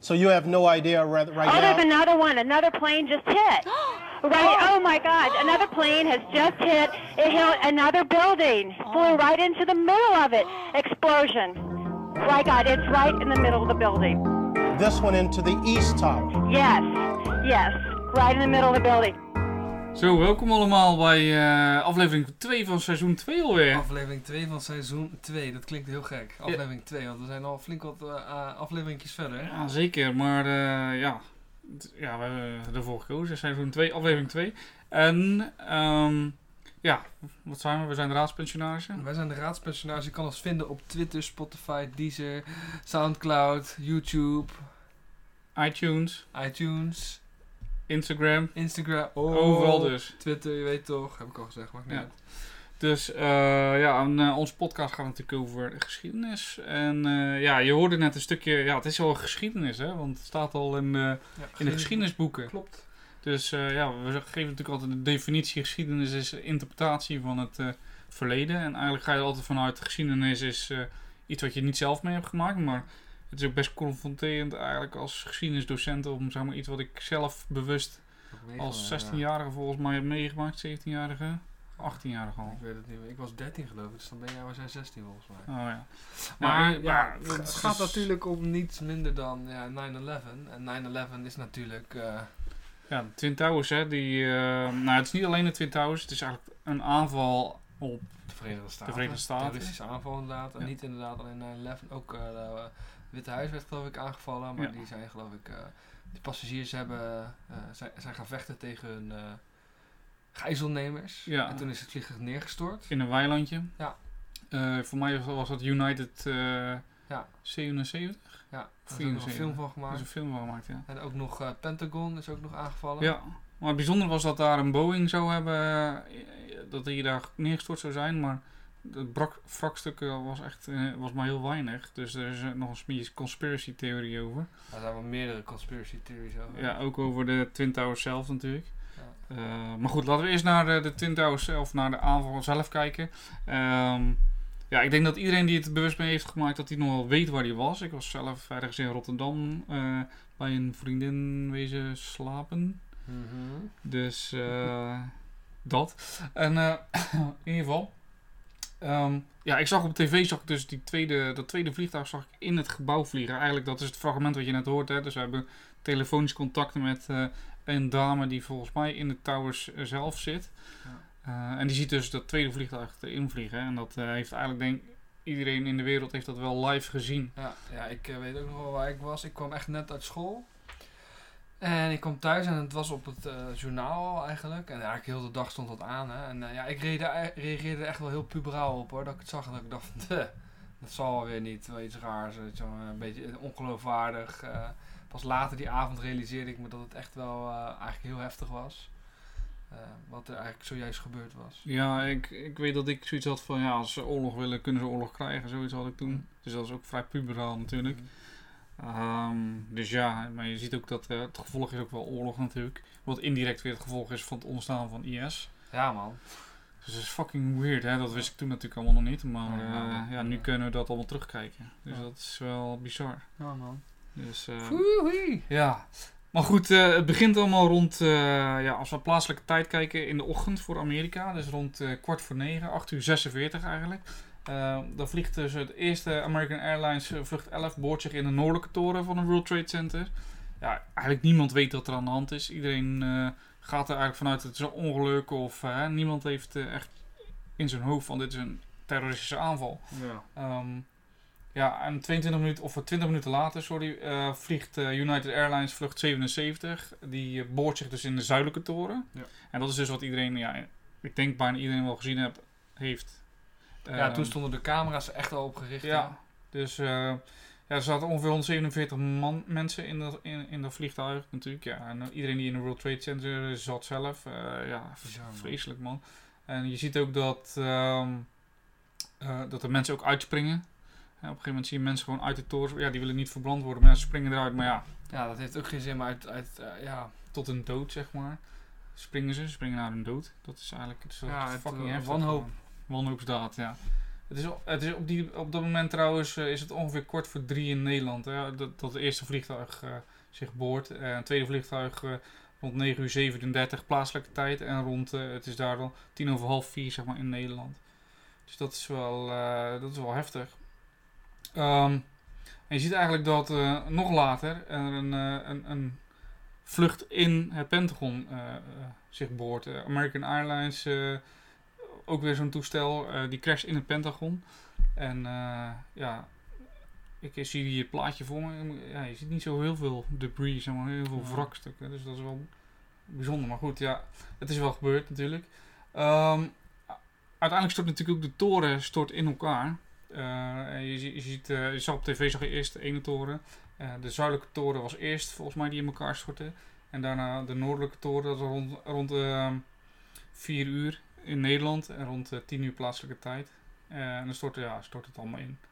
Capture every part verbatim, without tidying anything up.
So you have no idea right, right oh, now? there's another one. Another plane just hit. Right. Oh my God! Another plane has just hit. It hit another building. Flew right into the middle of it. Explosion. My God! It's right in the middle of the building. This one into the East Tower. Yes. Yes. Right in the middle of the building. Zo, welkom allemaal bij uh, aflevering twee van seizoen twee alweer. Aflevering twee van seizoen twee, dat klinkt heel gek. Aflevering twee, want we zijn al flink wat uh, afleveringjes verder. Ja, zeker, maar uh, ja, ja, we hebben ervoor gekozen, seizoen twee, aflevering twee. En um, ja, wat zijn we? We zijn de raadspensionarissen. Wij zijn de raadspensionarissen. Je kan ons vinden op Twitter, Spotify, Deezer, Soundcloud, YouTube, iTunes, iTunes, Instagram, Instagram, oh, overal dus. Twitter, je weet toch, heb ik al gezegd, maar niet. Ja. Dus uh, ja, en, uh, onze podcast gaat natuurlijk over geschiedenis. En uh, ja, je hoorde net een stukje, ja, het is wel geschiedenis, hè, want het staat al in, uh, ja, in de geschiedenisboeken. Klopt. Dus uh, ja, we geven natuurlijk altijd de definitie geschiedenis is interpretatie van het uh, verleden. En eigenlijk ga je er altijd vanuit, geschiedenis is uh, iets wat je niet zelf mee hebt gemaakt, maar het is ook best confronterend eigenlijk als geschiedenisdocent om zeg maar iets wat ik zelf bewust als zestienjarige volgens mij heb meegemaakt, zeventienjarige, achttienjarige al. Ik weet het niet meer. Ik was dertien geloof ik, dus dan ben jij, we zijn zestien volgens mij. Oh ja. Maar nou, ja, ja, het gaat natuurlijk om niets minder dan ja, nine eleven. En nine eleven is natuurlijk... Uh, ja, de Twin Towers, hè, die... Uh, nou, het is niet alleen de Twin Towers, het is eigenlijk een aanval op de Verenigde Staten. De Verenigde Staten. Een terroristische aanval inderdaad. En ja. niet inderdaad alleen nine eleven. Ook uh, de Witte Huis werd geloof ik aangevallen. Maar ja. die zijn geloof ik... Uh, die passagiers hebben, uh, zijn, zijn gaan vechten tegen hun uh, gijzelnemers. Ja. En toen is het vliegtuig neergestort. In een weilandje. Ja. Uh, voor mij was dat United uh, ja. zevenenzeventig. Ja, daar is ook nog een film van gemaakt. Er is een film van gemaakt, ja. En ook nog uh, Pentagon is ook nog aangevallen. Ja, maar het bijzondere was dat daar een Boeing zou hebben, uh, dat die daar neergestort zou zijn, maar het brak, wrakstukken was echt uh, was maar heel weinig. Dus er is uh, nog een beetje conspiracy theorie over. Ja, er zijn wel meerdere conspiracy theories over. Ja, ook over de Twin Towers zelf natuurlijk. Ja. Uh, maar goed, laten we eerst naar de, de Twin Towers zelf, naar de aanval zelf kijken. Um, ja, ik denk dat iedereen die het bewust mee heeft gemaakt, dat hij nog wel weet waar hij was. Ik was zelf ergens in Rotterdam uh, bij een vriendin wezen slapen. Mm-hmm. Dus uh, dat. En uh, in ieder geval... Um, ja, ik zag op tv zag ik dus die tweede, dat tweede vliegtuig zag ik in het gebouw vliegen. Eigenlijk, dat is het fragment wat je net hoort. Hè. Dus we hebben telefonisch contacten met uh, een dame die volgens mij in de towers uh, zelf zit. Ja. Uh, en die ziet dus dat tweede vliegtuig erin vliegen. En dat uh, heeft eigenlijk, denk iedereen in de wereld heeft dat wel live gezien. Ja, ja ik uh, weet ook nog wel waar ik was. Ik kwam echt net uit school. En ik kwam thuis en het was op het uh, journaal eigenlijk. En eigenlijk heel de dag stond dat aan. Hè. En uh, ja, ik reageerde, reageerde echt wel heel puberaal op hoor. Dat ik het zag en dat ik dacht van, dat zal weer niet. Wel iets raars, zo, een beetje ongeloofwaardig. Uh, pas later die avond realiseerde ik me dat het echt wel uh, eigenlijk heel heftig was. Uh, wat er eigenlijk zojuist gebeurd was. Ja, ik, ik weet dat ik zoiets had van, ja, als ze oorlog willen, kunnen ze oorlog krijgen. Zoiets had ik toen. Mm. Dus dat is ook vrij puberaal natuurlijk. Mm. Um, dus ja, maar je ziet ook dat uh, het gevolg is ook wel oorlog natuurlijk. Wat indirect weer het gevolg is van het ontstaan van I S. Ja man. Dus dat is fucking weird hè, dat wist ik toen natuurlijk allemaal nog niet. Maar uh, ja, ja, nu kunnen we dat allemaal terugkijken. Dus ja. dat is wel bizar. Ja man. Dus uh, Woehoe. Ja. Maar goed, uh, het begint allemaal rond, uh, ja, als we plaatselijke tijd kijken, in de ochtend voor Amerika. Dus rond uh, kwart voor negen, acht uur zesenveertig eigenlijk. Uh, dan vliegt dus het eerste American Airlines vlucht elf boort zich in de noordelijke toren van het World Trade Center. Ja, eigenlijk niemand weet wat er aan de hand is. Iedereen uh, gaat er eigenlijk vanuit dat het is een ongeluk of uh, niemand heeft uh, echt in zijn hoofd van dit is een terroristische aanval. Ja, um, ja en tweeëntwintig minuten, of twintig minuten later sorry, uh, vliegt uh, United Airlines vlucht zevenenzeventig. Die uh, boort zich dus in de zuidelijke toren. Ja. En dat is dus wat iedereen, ja, ik denk bijna iedereen wel gezien heb, heeft. Ja, um, toen stonden de camera's er echt al op gericht. Ja, hè? Dus uh, ja, er zaten ongeveer honderdzevenenveertig man, mensen in dat, in, in dat vliegtuig natuurlijk. Ja, en uh, iedereen die in de World Trade Center zat zelf. Uh, ja, Bizar, man. Vreselijk man. En je ziet ook dat, um, uh, dat er mensen ook uitspringen. Ja, op een gegeven moment zie je mensen gewoon uit de toren. Ja, die willen niet verbrand worden, maar ja, ze springen eruit. Maar ja. Ja, dat heeft ook geen zin, maar uit, uit uh, ja. tot een dood zeg maar. Springen ze, springen naar hun dood. Dat is eigenlijk het soort ja, fucking uh, heftig. Wanhoop. Wanhoopsdaad, ja. Het is, het is op, die, op dat moment trouwens uh, is het ongeveer kwart voor drie in Nederland. Hè, dat, dat het eerste vliegtuig uh, zich boort. Uh, het tweede vliegtuig uh, rond negen uur zevenendertig plaatselijke tijd. En rond, uh, het is daar dan tien over half vier zeg maar, in Nederland. Dus dat is wel, uh, dat is wel heftig. Um, en je ziet eigenlijk dat uh, nog later er een, uh, een, een vlucht in het Pentagon uh, uh, zich boort. Uh, American Airlines, uh, ook weer zo'n toestel, uh, die crasht in het Pentagon. En uh, ja, ik zie hier het plaatje voor me. Ja, je ziet niet zo heel veel debris, zeg maar, heel veel Ja. wrakstukken. Dus dat is wel bijzonder. Maar goed, ja, het is wel gebeurd natuurlijk. Um, uiteindelijk stort natuurlijk ook de toren stort in elkaar. Uh, en je, je, ziet, uh, je zag op tv zag je eerst de ene toren. Uh, de zuidelijke toren was eerst volgens mij die in elkaar stortte. En daarna de noordelijke toren, dat was rond, rond uh, vier uur in Nederland en rond uh, tien uur plaatselijke tijd. Uh, en dan stort, ja, stort het allemaal in.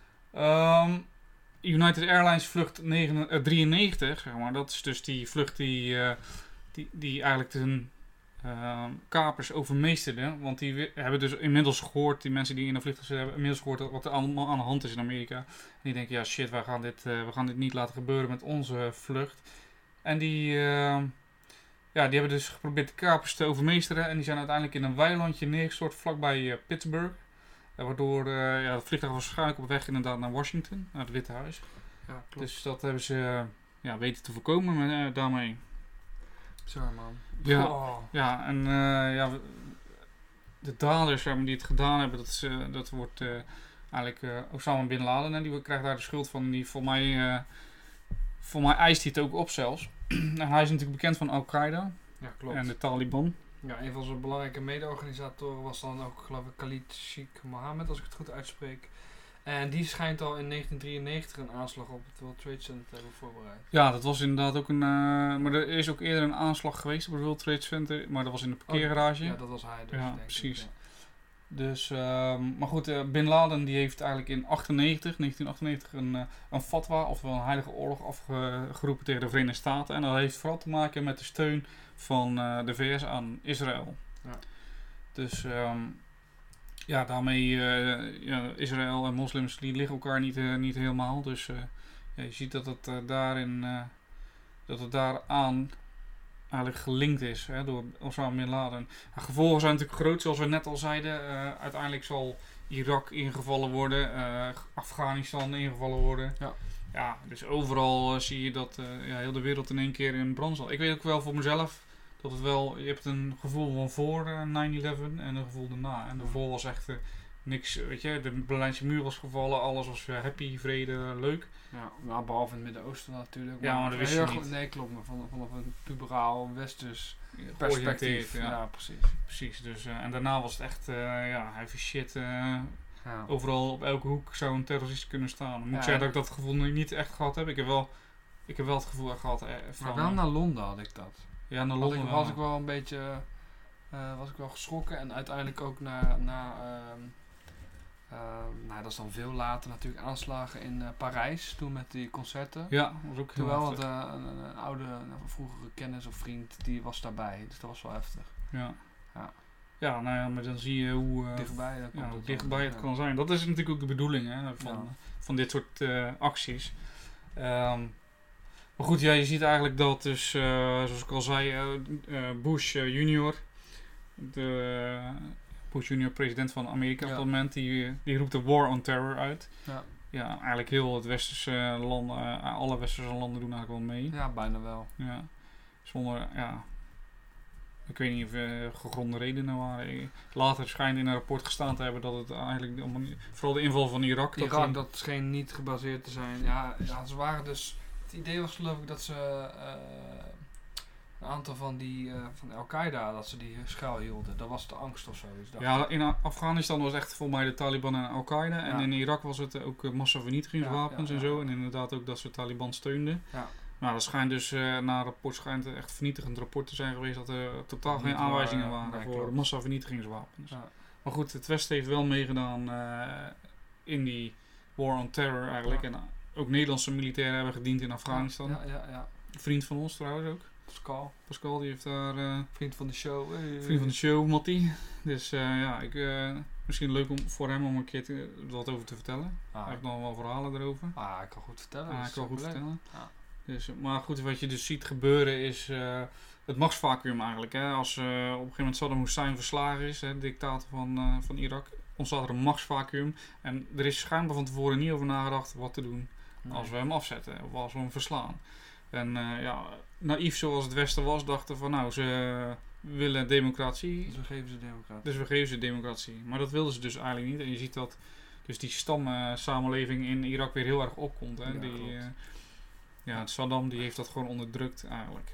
Um, United Airlines vlucht negen, uh, drieënnegentig, zeg maar, dat is dus die vlucht die, uh, die, die eigenlijk de uh, kapers overmeesterden. Want die we, hebben dus inmiddels gehoord, die mensen die in de vliegtuig zitten, hebben inmiddels gehoord wat er allemaal aan de hand is in Amerika. En die denken, ja shit, wij gaan dit, uh, we gaan dit niet laten gebeuren met onze vlucht. En die, uh, ja, die hebben dus geprobeerd de kapers te overmeesteren. En die zijn uiteindelijk in een weilandje neergestort vlakbij uh, Pittsburgh. Uh, waardoor uh, ja, het vliegtuig was waarschijnlijk op weg inderdaad naar Washington, naar het Witte Huis. Ja, klopt. Dus dat hebben ze uh, ja, weten te voorkomen met, uh, daarmee. Sorry man. Ja, Oh. ja en uh, ja, de daders die het gedaan hebben, dat, is, uh, dat wordt uh, eigenlijk uh, Osama Bin Laden. En die krijgt daar de schuld van. Die voor mij, uh, voor mij eist hij het ook op zelfs. En hij is natuurlijk bekend van Al-Qaeda Ja, klopt. en de Taliban. Ja, een van zijn belangrijke mede-organisatoren was dan ook, geloof ik, Khalid Sheikh Mohammed, als ik het goed uitspreek. En die schijnt al in negentien drieënnegentig een aanslag op het World Trade Center te hebben voorbereid. Ja, dat was inderdaad ook een... Uh, maar er is ook eerder een aanslag geweest op het World Trade Center. Maar dat was in de parkeergarage. Oh, ja, dat was hij dus, Ja, denk precies. ik. Ja. Dus, uh, maar goed, uh, Bin Laden die heeft eigenlijk in achtennegentig, negentien achtennegentig een, uh, een fatwa, oftewel een heilige oorlog afgeroepen tegen de Verenigde Staten. En dat heeft vooral te maken met de steun van uh, de V S aan Israël. Ja. Dus um, ja, daarmee, uh, ja, Israël en moslims die liggen elkaar niet, uh, niet helemaal. Dus uh, ja, je ziet dat het uh, daarin, uh, dat het daaraan eigenlijk gelinkt is, hè, door Osama Bin Laden. De gevolgen zijn natuurlijk groot, zoals we net al zeiden. Uh, uiteindelijk zal Irak ingevallen worden, uh, Afghanistan ingevallen worden. Ja. Ja, dus overal uh, zie je dat uh, ja, heel de wereld in één keer in brand zal. Ik weet ook wel voor mezelf dat het wel, je hebt een gevoel van voor uh, nine eleven en een gevoel daarna. En daarvoor was echt uh, niks, weet je, de Berlijnse muur was gevallen, alles was uh, happy, vrede, leuk. Ja, nou, behalve in het Midden-Oosten natuurlijk. Ja, maar dat wist je heel niet. erg- Nee, klopt, maar van, vanaf een puberaal westers Georiënteerd, perspectief. Ja, ja. precies. Precies, dus, uh, en daarna was het echt, uh, ja, heavy shit. Uh, Ja. overal op elke hoek zou een terrorist kunnen staan. Dan moet Ja, ik zeggen dat en- ik dat gevoel nu niet echt gehad heb. Ik heb wel, ik heb wel het gevoel gehad eh, van... Maar wel naar Londen had ik dat. ja, naar Was Londen ik, wel. was ik wel een beetje uh, was ik wel geschrokken en uiteindelijk ook naar, naar uh, uh, nou dat is dan veel later natuurlijk aanslagen in uh, Parijs toen met die concerten. Ja, was ook heel Terwijl heftig. want, uh, een, een oude, een vroegere kennis of vriend die was daarbij, dus dat was wel heftig. Ja. Ja. Ja, nou ja, maar dan zie je hoe, uh, Dichtbij, dan komt ja, hoe het dichtbij dan, het ja. kan zijn. Dat is natuurlijk ook de bedoeling hè, van, Ja. van dit soort uh, acties. Um, maar goed, ja, je ziet eigenlijk dat dus, uh, zoals ik al zei, uh, uh, Bush uh, junior, de uh, Bush junior president van Amerika Ja. op dat moment, die, die roept de war on terror uit. Ja. Ja, eigenlijk heel het westerse uh, landen, uh, alle westerse landen doen eigenlijk wel mee. Ja, bijna wel. Ja. Zonder, ja, ik weet niet of uh, gegronde redenen waren. Later schijnt in een rapport gestaan te hebben dat het eigenlijk, allemaal niet- vooral de inval van Irak, dat Irak, die- dat scheen niet gebaseerd te zijn. Ja, ja, ze waren dus. Het idee was geloof ik dat ze uh, een aantal van die uh, van Al-Qaeda dat ze die schuil hielden. Dat was de angst of zo. Dus dacht Ja, in Afghanistan was echt volgens mij de Taliban en Al-Qaeda. En Ja. in Irak was het ook uh, massavernietigingswapens Ja, ja, en zo. ja. En inderdaad ook dat ze Taliban steunden. Ja. Nou, dat schijnt dus, uh, na een rapport schijnt het echt een vernietigend rapport te zijn geweest dat er totaal Niet geen waar, aanwijzingen ja. waren Nee, voor klopt. massavernietigingswapens. Ja. Maar goed, het Westen heeft wel meegedaan uh, in die war on terror eigenlijk. Ja. En uh, ook Nederlandse militairen hebben gediend in Afghanistan. Ja, ja, ja. Een vriend van ons trouwens ook. Pascal, Pascal, die heeft daar... Uh, vriend van de show. Hey. vriend van de show, Mattie. Dus uh, ja, ik uh, ben misschien leuk om, voor hem om een keer te, wat over te vertellen. Ah, Hij heeft nog wel verhalen erover. ah, ik kan goed vertellen. Ah, dat ik kan is goed superleuk. vertellen. Ja. Dus, maar goed, wat je dus ziet gebeuren is uh, het machtsvacuüm eigenlijk. Hè? Als uh, op een gegeven moment Saddam Hussein verslagen is, hè, de dictator van, uh, van Irak, ontstaat er een machtsvacuüm. En er is schijnbaar van tevoren niet over nagedacht wat te doen Nee. als we hem afzetten of als we hem verslaan. En uh, ja, naïef zoals het Westen was, dachten van nou, ze willen democratie. Dus we geven ze democratie. Dus we geven ze democratie. Maar dat wilden ze dus eigenlijk niet. En je ziet dat dus die stamsamenleving in Irak weer heel erg opkomt. Hè? Ja, die, klopt. uh, ja, Saddam die heeft dat gewoon onderdrukt eigenlijk.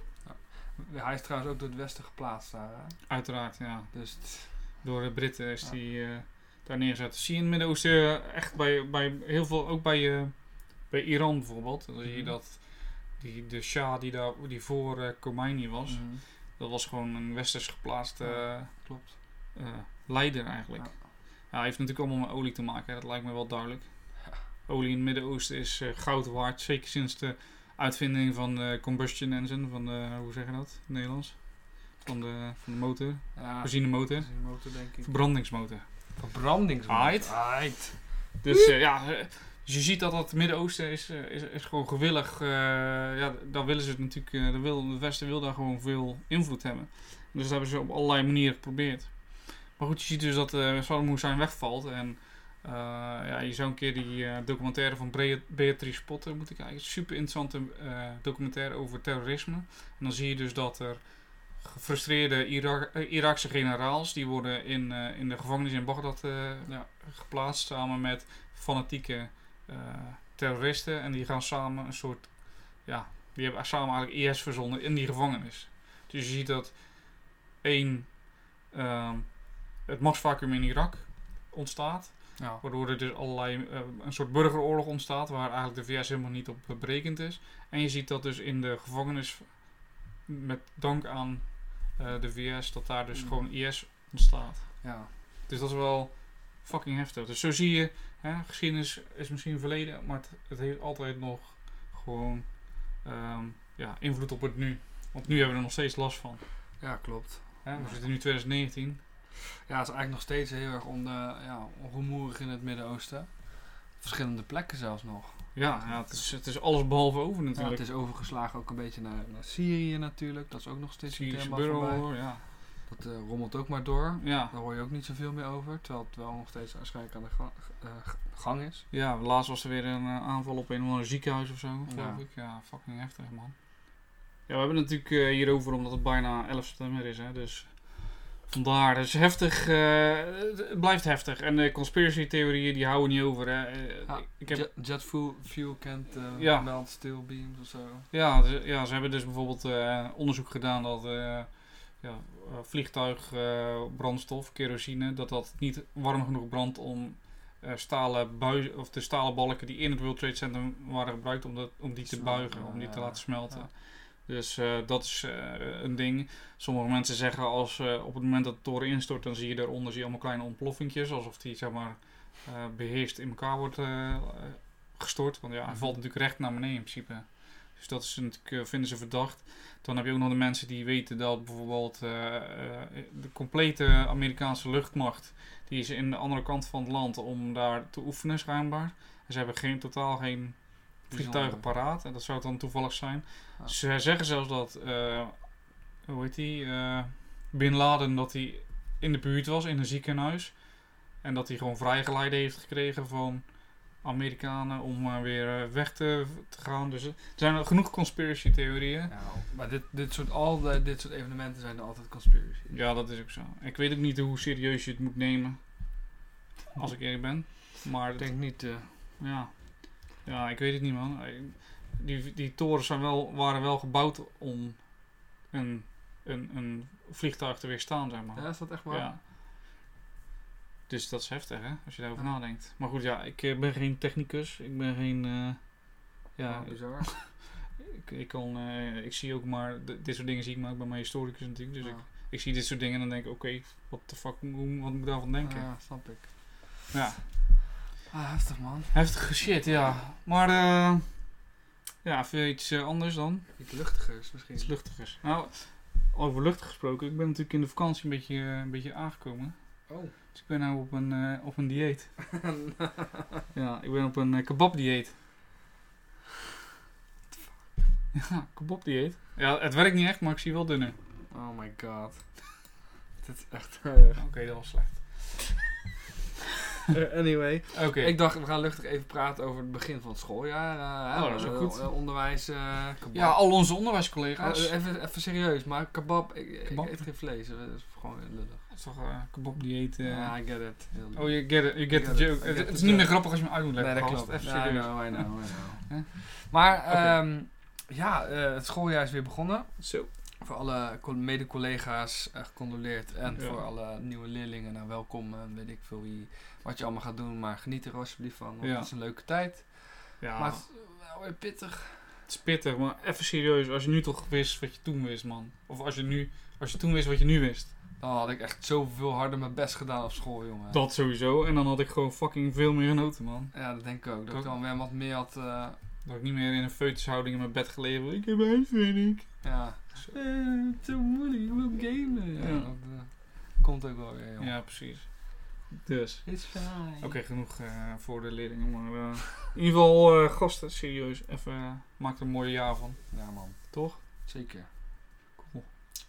Hij is trouwens ook door het Westen geplaatst daar. Hè? Uiteraard, ja. Dus het- Door de Britten is Ja. die uh, daar neergezet. Zie je in het Midden-Oosten uh, echt bij, bij heel veel, ook bij, uh, bij Iran bijvoorbeeld. Dan zie je Mhm. dat die, de Shah die, daar, die voor uh, Khomeini was, Mhm, dat was gewoon een westers geplaatste uh, klopt. uh, leider eigenlijk. Ja. Ja, hij heeft natuurlijk allemaal met olie te maken, hè. Dat lijkt me wel duidelijk. Ja. Olie in het Midden-Oosten is uh, goud waard, zeker sinds de uitvinding van de combustion engine, van de, hoe zeg je dat in het Nederlands? Van de, van de motor, Ja, benzinemotor, motor denk ik. verbrandingsmotor. Verbrandingsmotor. Aight. Aight. Dus uh, ja, uh, dus je ziet dat het Midden-Oosten is, uh, is, is gewoon gewillig, uh, ja, daar willen ze het natuurlijk, uh, de wil, het Westen wil daar gewoon veel invloed hebben. Dus dat hebben ze op allerlei manieren geprobeerd. Maar goed, je ziet dus dat uh, Saddam Hussein wegvalt en uh, ja, je zou een keer die uh, documentaire van Bre- Beatrice Potter moeten kijken. Super interessante uh, documentaire over terrorisme. En dan zie je dus dat er gefrustreerde Irak- uh, Iraakse generaals, die worden in, uh, in de gevangenis in Bagdad uh, ja, geplaatst samen met fanatieke uh, terroristen. En die gaan samen een soort, ja, die hebben samen eigenlijk I S verzonnen in die gevangenis. Dus je ziet dat één, uh, het machtsvacuüm in Irak ontstaat. Ja. Waardoor er dus allerlei, uh, een soort burgeroorlog ontstaat waar eigenlijk de V S helemaal niet op berekend is. En je ziet dat dus in de gevangenis, met dank aan uh, de V S, dat daar dus Mm. gewoon I S ontstaat. Ja. Dus dat is wel fucking heftig. Dus zo zie je, hè, geschiedenis is misschien verleden, maar het, het heeft altijd nog gewoon um, ja, invloed op het nu. Want nu hebben we er nog steeds last van. Ja, klopt. Hè? We Ja. zitten nu twintig negentien. Ja, het is eigenlijk nog steeds heel erg on, ja, ongemoerig in het Midden-Oosten. Verschillende plekken zelfs nog. Ja, ja het, is, het is alles behalve over Ja, natuurlijk. het is overgeslagen ook een beetje naar, naar Syrië natuurlijk. Dat is ook nog steeds een Syrische thema voorbij. burgeroorlog, ja. Dat uh, rommelt ook maar door. Ja. Daar hoor je ook niet zoveel meer over. Terwijl het wel nog steeds waarschijnlijk aan de gang, uh, gang is. Ja, laatst was er weer een uh, aanval op een of ander ziekenhuis of zo, geloof Ja. ik. Ja, fucking heftig, man. Ja, we hebben het natuurlijk uh, hierover omdat het bijna elf september is, hè, dus vandaar. Dus heftig, uh, het blijft heftig. En de conspiracy theorieën die houden niet over, hè. Uh, Ja, ik heb, jet, jet fuel, fuel can't uh, Ja. melt steel beams of zo. ja, dus- ja, ze hebben dus bijvoorbeeld uh, onderzoek gedaan dat uh, ja, uh, vliegtuigbrandstof, kerosine, dat dat niet warm genoeg brandt om uh, stalen buizen, of de stalen balken die in het World Trade Center waren gebruikt om, dat, om die te Smelten, buigen, om die te ja. laten smelten. Ja. Dus uh, dat is uh, een ding. Sommige mensen zeggen als uh, op het moment dat de toren instort, dan zie je daaronder zie je allemaal kleine ontploffingjes, alsof die zeg maar uh, beheerst in elkaar wordt uh, gestort. Want ja, hij Mhm. valt natuurlijk recht naar beneden in principe. Dus dat is natuurlijk, uh, vinden ze verdacht. Dan heb je ook nog de mensen die weten dat bijvoorbeeld uh, uh, de complete Amerikaanse luchtmacht, die is in de andere kant van het land om daar te oefenen schijnbaar. En ze hebben geen, totaal geen vliegtuigen paraat. En dat zou het dan toevallig zijn. Ja. Ze zeggen zelfs dat, uh, hoe heet die, uh, Bin Laden, dat hij in de buurt was, in een ziekenhuis. En dat hij gewoon vrijgeleide heeft gekregen van Amerikanen om uh, weer uh, weg te, te gaan. Dus uh, er zijn genoeg conspiracy theorieën. Ja, maar dit, dit, soort, al de, dit soort evenementen zijn er altijd conspiracy. Ja, dat is ook zo. Ik weet ook niet hoe serieus je het moet nemen. Als ik eerlijk ben. Maar Ik denk niet... Uh, ja. ja, ik weet het niet, man. Die, die torens zijn wel, waren wel gebouwd om een, een, een vliegtuig te weerstaan, zeg maar. ja, is dat echt waar? Ja. Dus dat is heftig, hè, als je daarover Ja. nadenkt. Maar goed, ja, ik uh, ben geen technicus. Ik ben geen... Uh, ja, Oh, bizar. ik, ik, kan, uh, ik zie ook maar... D- dit soort dingen zie ik maar. Ik ben maar historicus natuurlijk. Dus Ja. ik, ik zie dit soort dingen en dan denk ik... Oké, okay, wat de fuck, hoe, wat moet ik daarvan denken? Ja, snap ik. Ja. Ah, heftig man. Heftige shit, ja. Maar... Uh, ja, even iets uh, anders dan. Iets luchtigers misschien. Iets luchtigers. Nou, over luchtig gesproken. Ik ben natuurlijk in de vakantie een beetje, uh, een beetje aangekomen. Oh. Dus ik ben nou op een, uh, op een dieet. Ja, ik ben op een uh, kebab-dieet. Ja, kebab-dieet. Ja, het werkt niet echt, maar ik zie wel dunner. Oh my god. Dit is echt Oké, okay, dat was slecht. Uh, anyway, okay. Ik dacht we gaan luchtig even praten over het begin van het schooljaar. Uh, oh, dat is ook goed. Uh, onderwijs, uh, kebab. Ja, al onze onderwijscollega's. Uh, even, even serieus, maar kebab, ik, kebab? ik eet geen vlees. Dat is gewoon lullig. Dat is toch uh, kebab-dieet? Uh... Ja, I get it. Oh, you get it. You get, get the joke. Het is niet meer grappig als je me uit moet leggen. Nee, dat klopt. Even serieus. I know, I know, I know. huh? Maar, okay. um, ja, uh, het schooljaar is weer begonnen. Zo. So. Voor alle mede-collega's uh, gecondoleerd. En ja. voor alle nieuwe leerlingen, nou welkom. En weet ik veel wie, wat je allemaal gaat doen. Maar geniet er alsjeblieft van. Want ja. Het is een leuke tijd. Ja. Maar het is wel weer pittig. Het is pittig, maar even serieus. Als je nu toch wist wat je toen wist, man. Of als je, nu, als je toen wist wat je nu wist. Dan had ik echt zoveel harder mijn best gedaan op school, jongen. Dat sowieso. En dan had ik gewoon fucking veel meer genoten, man. Ja, dat denk ik ook. Dat, dat ik dan weer wat meer had... Uh... Dat ik niet meer in een feutushouding in mijn bed gelegen. Ik heb huiswerk. Ja. Zo uh, zo moeilijk, ik wil gamen. Ja, ja. Dat uh, komt ook wel weer, jongen. Ja, precies. Dus. It's fine. Oké, okay, genoeg uh, voor de leerlingen. Maar uh, in ieder geval, uh, gasten, serieus. Even, uh, maak er een mooi jaar van. Ja, man. Toch? Zeker. Cool.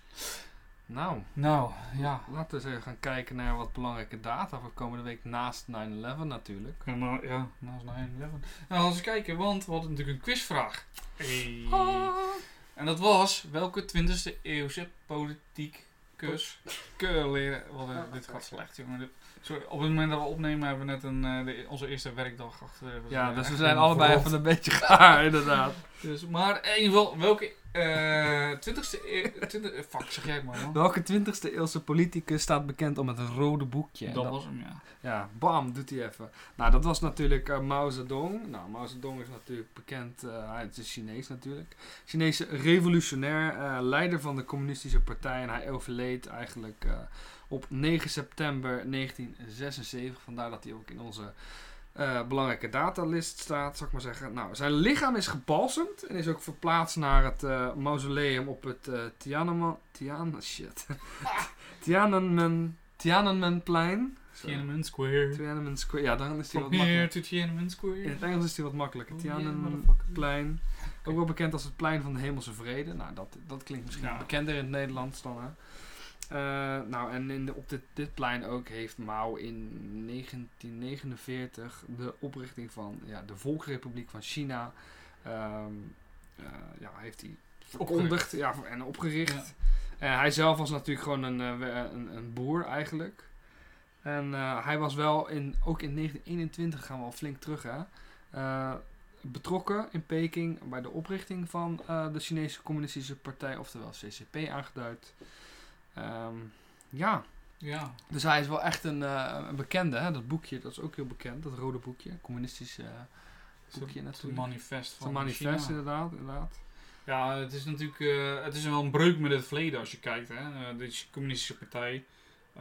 Nou. Nou, ja. Laten we eens gaan kijken naar wat belangrijke data voor komende week naast nine eleven natuurlijk. Ja, nou, ja naast nine eleven. Nou, laten we kijken, want we hadden natuurlijk een quizvraag. Hey. Ah. En dat was, welke twintigste eeuwse politicus kun leren... Wat, uh, dit gaat slecht, jongen. Sorry, op het moment dat we opnemen hebben we net een, uh, de, onze eerste werkdag achter. Dus ja, dus we zijn allebei even een beetje gaar, inderdaad. Dus, maar in ieder geval, welke uh, twintigste eeuw... twintig, fuck, zeg jij het maar, man. Welke twintigste eeuwse politicus staat bekend om het rode boekje? Dat, dat was hem, ja. Ja, bam, doet hij even. Nou, dat was natuurlijk uh, Mao Zedong. Nou, Mao Zedong is natuurlijk bekend, uh, het is Chinees natuurlijk. Chinese revolutionair, uh, leider van de communistische partij. En hij overleed eigenlijk uh, op negen september negentien zesenzeventig. Vandaar dat hij ook in onze uh, belangrijke datalist staat, zal ik maar zeggen. Nou, zijn lichaam is gebalsemd en is ook verplaatst naar het uh, mausoleum op het uh, Tiananmen... Tian... Shit. Tiananmen... Tiananmenplein. Tiananmen Square. Tiananmen Square. Ja, dan is hij wat makkelijker. makkelijker. to Tiananmen Square. In het Engels is hij wat makkelijker. Oh, Tiananmenplein. Ook wel bekend als het plein van de hemelse vrede. Nou, dat, dat klinkt misschien ja. bekender in het Nederlands dan. Hè. Uh, nou, en in de, op dit, dit plein ook heeft Mao in negentien negenenveertig de oprichting van ja, de Volksrepubliek van China. Um, uh, ja, heeft hij verkondigd ja, en opgericht. Ja. Uh, hij zelf was natuurlijk gewoon een, uh, een, een boer eigenlijk. En uh, hij was wel in, ook in negentien eenentwintig, gaan we al flink terug hè, uh, betrokken in Peking bij de oprichting van uh, de Chinese Communistische Partij, oftewel C C P aangeduid. Um, ja. ja, dus hij is wel echt een, uh, een bekende, hè? Dat boekje, dat is ook heel bekend, dat rode boekje, communistisch uh, boekje natuurlijk. Het manifest van Het manifest China. inderdaad, inderdaad. Ja, het is natuurlijk, uh, het is wel een breuk met het verleden als je kijkt, hè. Uh, de Communistische Partij. Uh,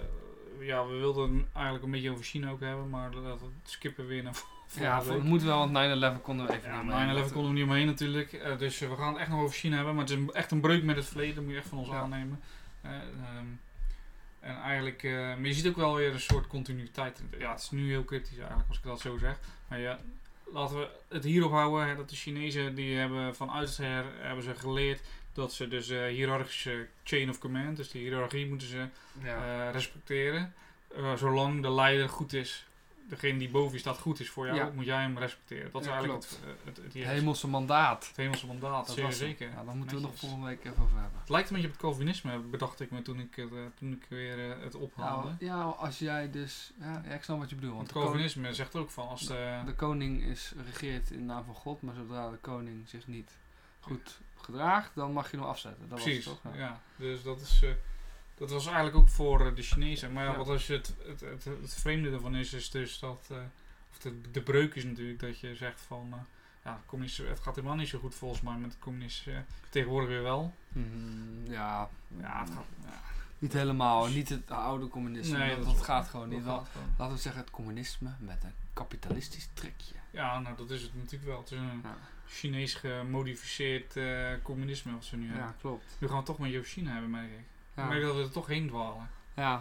ja, we wilden eigenlijk een beetje over China ook hebben, maar dat skippen we weer naar ja, het moet wel, want nine eleven konden we even ja, niet omheen. nine eleven konden we niet omheen natuurlijk. Uh, dus uh, we gaan het echt nog over China hebben, maar het is een, echt een breuk met het verleden, dat moet je echt van ons ja. aannemen. Uh, um, en eigenlijk, uh, maar je ziet ook wel weer een soort continuïteit. Ja, het is nu heel kritisch eigenlijk als ik dat zo zeg. Maar ja, laten we het hierop houden, hè, dat de Chinezen die hebben van oudsher hebben ze geleerd dat ze dus uh, hiërarchische chain of command, dus die hiërarchie moeten ze ja. uh, respecteren. Uh, zolang de leider goed is, degene die boven je staat goed is voor jou, ja. moet jij hem respecteren. Dat is ja, eigenlijk het, het, het, het hemelse mandaat. Het hemelse mandaat, dat zeer zeker. Ja, daar moeten we nog volgende week even over hebben. Het lijkt een beetje op het Calvinisme, bedacht ik me toen ik, uh, toen ik weer uh, het ophaalde. Ja, ja, als jij dus... Ja, ja, ik snap wat je bedoelt. Want het Calvinisme koning, zegt ook van als de... De, de koning is regeert in naam van God, maar zodra de koning zich niet goed gedraagt, dan mag je hem afzetten. Dat Precies, was het toch? Ja. ja. Dus dat is... Uh, Dat was eigenlijk ook voor uh, de Chinezen. Maar ja, ja. wat als je het, het, het, het vreemde ervan is, is dus dat... Uh, of de, de breuk is natuurlijk dat je zegt van... Uh, ja, het gaat helemaal niet zo goed volgens mij met de communisten. Uh, tegenwoordig weer wel. Mm, ja, ja, het gaat... Ja. Niet helemaal, niet het oude communisme. Nee, dat, dat, dat gaat gewoon niet. Gaat gewoon. Laten we zeggen het communisme met een kapitalistisch trekje. Ja, nou dat is het natuurlijk wel. Het is een ja. Chinees gemodificeerd uh, communisme wat ze nu hebben. Ja, klopt. Nu gaan we het toch met over China hebben, merk ik. Ja. Ik merk dat we er toch heen dwalen. Ja.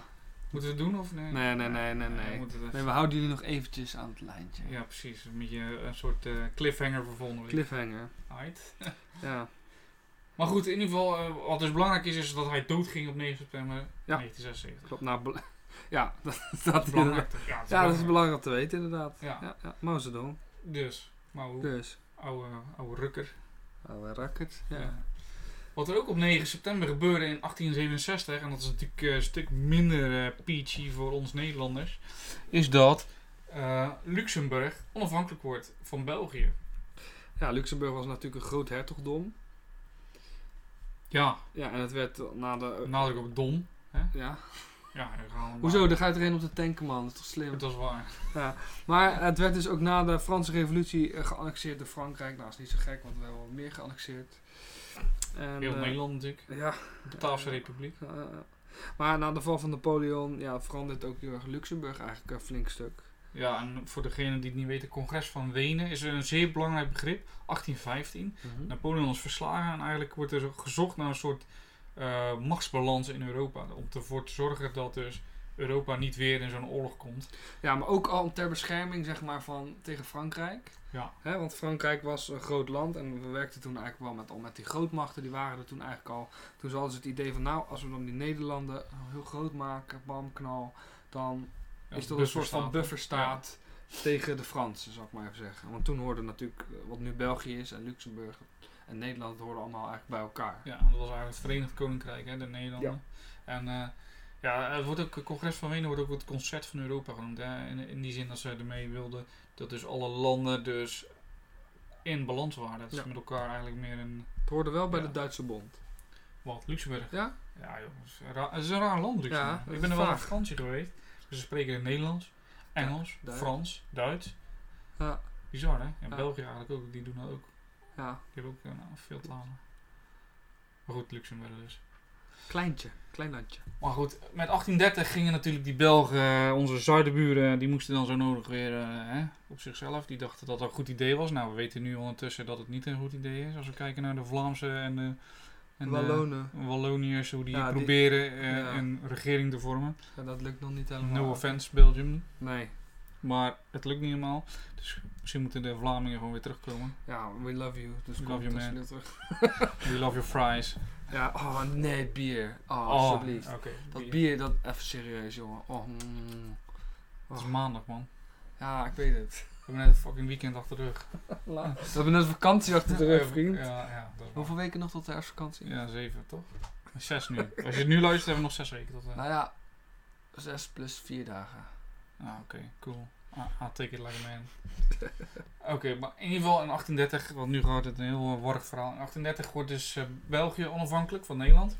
Moeten we het doen of nee? Nee, nee, nee, nee, we nee. moeten het Nee, even- we houden jullie nog eventjes aan het lijntje. Ja, precies. Een beetje een soort eh, cliffhanger voor volgende week. Cliffhanger. Right. Ja. Maar goed, in ieder geval, eh, wat dus belangrijk is, is dat hij doodging op negen september Ja. negentien zesenzeventig. Klopt. Nou, bel- ja, dat, dat, Dat is belangrijk. inderdaad. Ja, dat is Ja, dat is belangrijk. belangrijk om te weten, inderdaad. Ja. ja, ja. Mausendom. Dus, maar hoe? Dus. Oude, oude rukker. Oude rakkert. Ja. Ja. Wat er ook op negen september gebeurde in achttien zevenenzestig, en dat is natuurlijk eh, een stuk minder eh, peachy voor ons Nederlanders, is dat eh, Luxemburg onafhankelijk wordt van België. Ja, Luxemburg was natuurlijk een groot hertogdom. Ja, Ja, en het werd na de... nadruk op dom. Ja. Ja, daar gaan we Hoezo? Daar gaat er een op de tanken, man. Dat is toch slim? Dat is waar. Maar het werd dus ook na de Franse revolutie eh, geannexeerd door Frankrijk. Nou, dat is niet zo gek, want we hebben wel meer geannexeerd. En, Heel eh, Nederland natuurlijk. Ja. De Bataafse Republiek. Uh, maar na de val van Napoleon ja, verandert ook heel erg Luxemburg eigenlijk een flink stuk. Ja, en voor degenen die het niet weten, Congres van Wenen is een zeer belangrijk begrip. achttien vijftien. Napoleon is verslagen en eigenlijk wordt er gezocht naar een soort uh, machtsbalans in Europa. Om ervoor te zorgen dat dus Europa niet weer in zo'n oorlog komt. Ja, maar ook al ter bescherming zeg maar van tegen Frankrijk. Ja. Hè, want Frankrijk was een groot land en we werkten toen eigenlijk wel met, al met die grootmachten. Die waren er toen eigenlijk al. Toen hadden ze het idee van nou, als we dan die Nederlanden heel groot maken, bam, knal, dan Ja, is dat een soort van bufferstaat. bufferstaat tegen de Fransen, zou ik maar even zeggen. Want toen hoorden natuurlijk, eh, wat nu België is en Luxemburg en Nederland, hoorden allemaal eigenlijk bij elkaar. Ja, dat was eigenlijk het Verenigd Koninkrijk, hè, de Nederlanden. En uh, ja, het wordt ook, het Congres van Wenen wordt ook het concert van Europa genoemd. Hè, in, in die zin dat ze ermee wilden dat dus alle landen dus in balans waren. Dat ze Ja. met elkaar eigenlijk meer een... Het hoorde wel bij Ja. de Duitse Bond. Wat, Luxemburg? Ja? Ja joh, het is een raar, het is een raar land Luxemburg. Ja, dat Ik ben is er wel op vaag. vakantie geweest. Dus ze spreken in Nederlands, Engels, Duits. Frans, Duits. Ja. Bizar hè? Ja, Ja. België eigenlijk ook, die doen dat ook. Ja. Die hebben ook uh, nou, veel talen. Maar goed, Luxemburg dus. Kleintje, klein landje. Maar goed, met achttien dertig gingen natuurlijk die Belgen, uh, onze zuidenburen, die moesten dan zo nodig weer uh, hè, op zichzelf. Die dachten dat dat een goed idee was. Nou, we weten nu ondertussen dat het niet een goed idee is. Als we kijken naar de Vlaamse en de, en Wallonen. de Walloniërs, hoe die Ja, die- proberen uh, ja. een regering te vormen. Ja, dat lukt nog niet helemaal. No offense, Belgium. Nee. Maar het lukt niet helemaal. Dus misschien moeten de Vlamingen gewoon weer terugkomen. Ja, we love you. Dus We kom love you, alsjeblieft man. terug. We love your fries. Ja, oh nee, bier. Oh, Oh, alsjeblieft. oké. Dat bier. bier, dat even serieus, jongen. Oh, mm. Het is maandag, man. Ja, ik weet het. We hebben net een fucking weekend achter de rug. We hebben net vakantie achter de rug, vriend. Ja, ja. Dat is Hoeveel weken nog tot de herfstvakantie? Ja, zeven toch? Zes nu. Als je het nu luistert, hebben we nog zes weken tot. Uh... Nou ja, zes plus vier dagen. Ah, oké, okay, cool. Ah, I'll take it like a man. Oké, okay, maar in ieder geval in achttien dertig, want nu gaat het een heel uh, warrig verhaal. In achttien dertig wordt dus uh, België onafhankelijk van Nederland.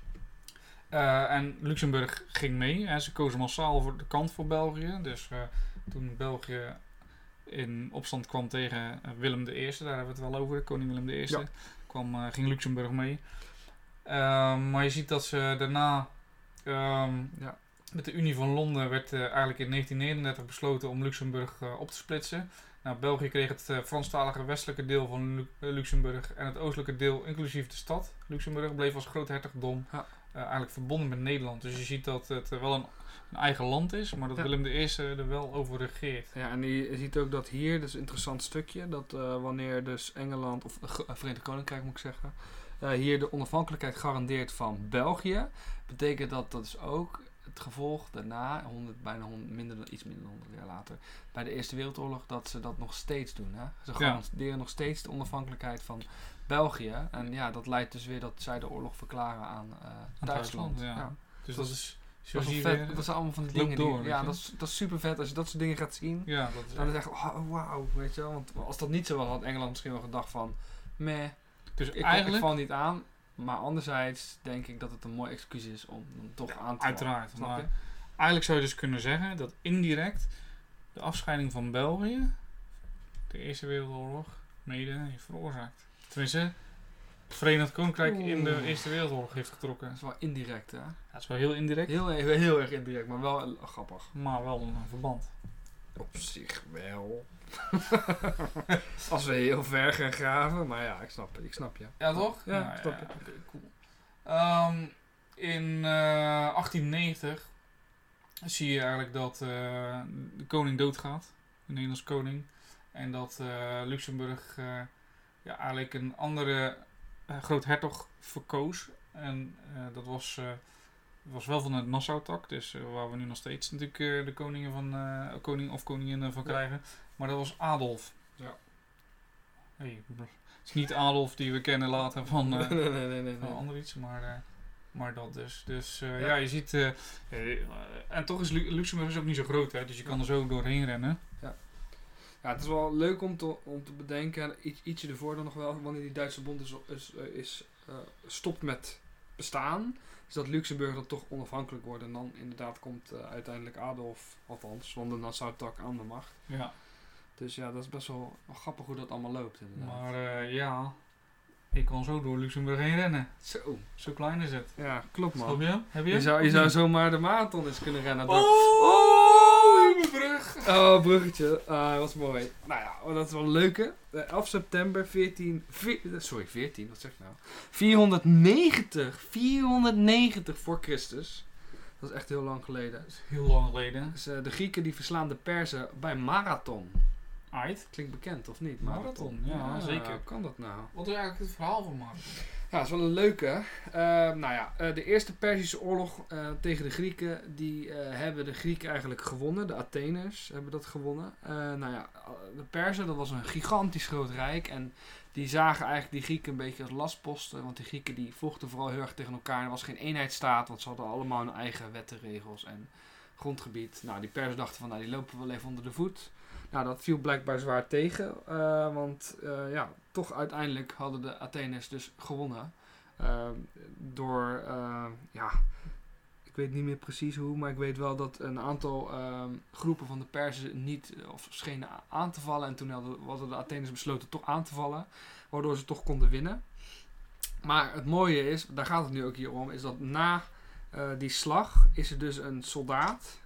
Uh, en Luxemburg ging mee. Hè. Ze kozen massaal voor de kant voor België. Dus uh, toen België in opstand kwam tegen uh, Willem de Eerste, daar hebben we het wel over, koning Willem de Eerste, ja. kwam, uh, ging Luxemburg mee. Uh, maar je ziet dat ze daarna... Um, ja. Met de Unie van Londen werd uh, eigenlijk in negentien negenendertig besloten om Luxemburg uh, op te splitsen. Nou, België kreeg het uh, Franstalige westelijke deel van Lu- uh, Luxemburg en het oostelijke deel, inclusief de stad. Luxemburg bleef als groot hertogdom ja. uh, eigenlijk verbonden met Nederland. Dus je ziet dat het uh, wel een, een eigen land is, maar dat ja. Willem de Eerste er wel over regeert. Ja, en je ziet ook dat hier, dus een interessant stukje, dat uh, wanneer dus Engeland, of uh, Verenigd Koninkrijk moet ik zeggen, uh, hier de onafhankelijkheid garandeert van België, betekent dat dat is ook... Het gevolg daarna, honderd, bijna honderd, minder dan, iets minder dan honderd jaar later, bij de Eerste Wereldoorlog, dat ze dat nog steeds doen. Hè? Ze garanderen ja. nog steeds de onafhankelijkheid van België. En ja, dat leidt dus weer dat zij de oorlog verklaren aan, uh, aan Duitsland. Ja. Ja. Dus dat, dat is zo dat, is vet. Dat zijn allemaal van die dingen. Door, die, ja, dat is, dat is super vet. Als je dat soort dingen gaat zien, ja, dat is dan is het echt, oh, wauw, weet je wel. Want als dat niet zo was, had Engeland misschien wel gedacht van, meh, dus ik, eigenlijk... ik val niet aan. Maar anderzijds denk ik dat het een mooi excuus is om hem toch ja, aan te uiteraard, vallen. maar eigenlijk zou je dus kunnen zeggen dat indirect de afscheiding van België de Eerste Wereldoorlog mede heeft veroorzaakt. Tenminste, het Verenigd Koninkrijk Oeh. in de Eerste Wereldoorlog heeft getrokken. Dat is wel indirect, hè? Ja, dat is wel heel indirect. Heel, heel, heel erg indirect, maar wel uh, grappig. Maar wel een verband. Op zich wel. Als we heel ver gaan graven, maar ja, ik snap, ik snap je. Ja, toch? Ja, ja, snap ja, je. Okay, cool. Um, in uh, achttien negentig zie je eigenlijk dat uh, de koning doodgaat. De Nederlandse koning. En dat uh, Luxemburg uh, ja, eigenlijk een andere uh, groothertog verkoos. En uh, dat was, uh, was wel van het Nassau-tak. Dus uh, waar we nu nog steeds natuurlijk uh, de koningen van, uh, koning of koningin van krijgen. Ja. Maar dat was Adolf. Ja. Hey, het is niet Adolf die we kennen later van, uh, nee, nee, nee, nee, van nee. ander iets. Maar, uh, maar dat dus. Dus uh, ja. ja, je ziet... Uh, uh, en toch is Lu- Luxemburg is ook niet zo groot. Hè, dus je kan er zo doorheen rennen. Ja. Ja, het is wel leuk om te, om te bedenken, iets, ietsje ervoor dan nog wel, wanneer die Duitse bond is, is, is uh, stopt met bestaan, is dat Luxemburg dan toch onafhankelijk wordt. En dan inderdaad komt uh, uiteindelijk Adolf, althans, van de Nassau-tak aan de macht. Ja. Dus ja, dat is best wel, wel grappig hoe dat allemaal loopt inderdaad. Maar uh, ja, ik kan zo door Luxemburg heen rennen. Zo. Zo klein is het. Ja, klopt man. Heb je? Heb je? Je zou, je zou zomaar de marathon eens kunnen rennen. Door... Oh, mijn brug. Oh, bruggetje. Ah, dat was mooi. Nou ja, oh, dat is wel een leuke. Uh, elf september veertien... Vier, sorry, veertien, wat zeg ik nou? vierhonderdnegentig. vierhonderdnegentig voor Christus. Dat is echt heel lang geleden. Dat is heel lang geleden. Dus, uh, de Grieken die verslaan de Perzen bij Marathon. Aight. Klinkt bekend, of niet? Marathon, ja, ja, zeker. Hoe kan dat nou? Wat is eigenlijk het verhaal van Marathon? Ja, dat is wel een leuke. Uh, nou ja, uh, de eerste Perzische oorlog uh, tegen de Grieken, die uh, hebben de Grieken eigenlijk gewonnen. De Atheners hebben dat gewonnen. Uh, nou ja, de Perzen, dat was een gigantisch groot rijk. En die zagen eigenlijk die Grieken een beetje als lastposten. Want die Grieken die vochten vooral heel erg tegen elkaar. Er was geen eenheidsstaat, want ze hadden allemaal hun eigen wetten, regels en grondgebied. Nou, die Perzen dachten van, nou, die lopen wel even onder de voet. Nou, dat viel blijkbaar zwaar tegen, uh, want uh, ja, toch uiteindelijk hadden de Atheners dus gewonnen. Uh, door, uh, ja, ik weet niet meer precies hoe, maar ik weet wel dat een aantal uh, groepen van de Perzen niet, of schenen aan te vallen. En toen hadden, hadden de Atheners besloten toch aan te vallen, waardoor ze toch konden winnen. Maar het mooie is, daar gaat het nu ook hier om, is dat na uh, die slag is er dus een soldaat,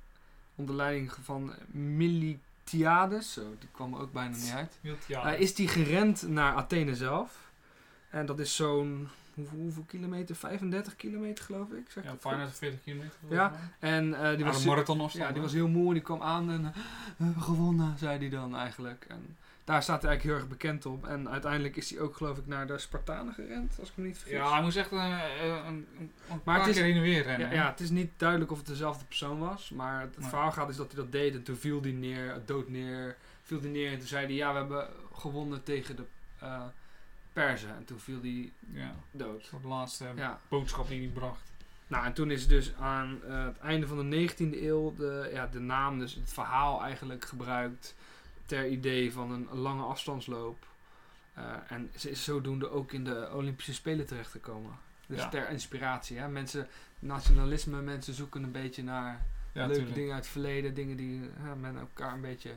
onder leiding van Militiades. Miltiades, zo, die kwam er ook bijna niet uit. Uh, is die gerend naar Athene zelf. En dat is zo'n, hoeveel, hoeveel kilometer? vijfendertig kilometer geloof ik. Zeg ja, dat vijfenveertig kilometer. Ja, en uh, die, was, ja, die was heel moe en die kwam aan en uh, gewonnen, zei hij dan eigenlijk. En daar staat hij eigenlijk heel erg bekend op. En uiteindelijk is hij ook geloof ik naar de Spartanen gerend, als ik me niet vergis. Ja, hij moest echt een, een, een, een maar paar het is, keer heen en weer rennen. Ja, ja, het is niet duidelijk of het dezelfde persoon was. Maar het, het nee. verhaal gaat is dat hij dat deed en toen viel hij neer, dood neer. Viel hij neer en toen zei hij, ja, we hebben gewonnen tegen de uh, Perzen. En toen viel hij ja. dood. Dat was de laatste ja. boodschap die hij bracht. Nou, en toen is dus aan uh, het einde van de negentiende eeuw de, ja, de naam, dus het verhaal eigenlijk gebruikt ter idee van een, een lange afstandsloop. Uh, en ze is zodoende ook in de Olympische Spelen terechtgekomen. Dus ja. ter inspiratie. Hè? Mensen, nationalisme, mensen zoeken een beetje naar ja, leuke tuurlijk. dingen uit het verleden. Dingen die hè, met elkaar een beetje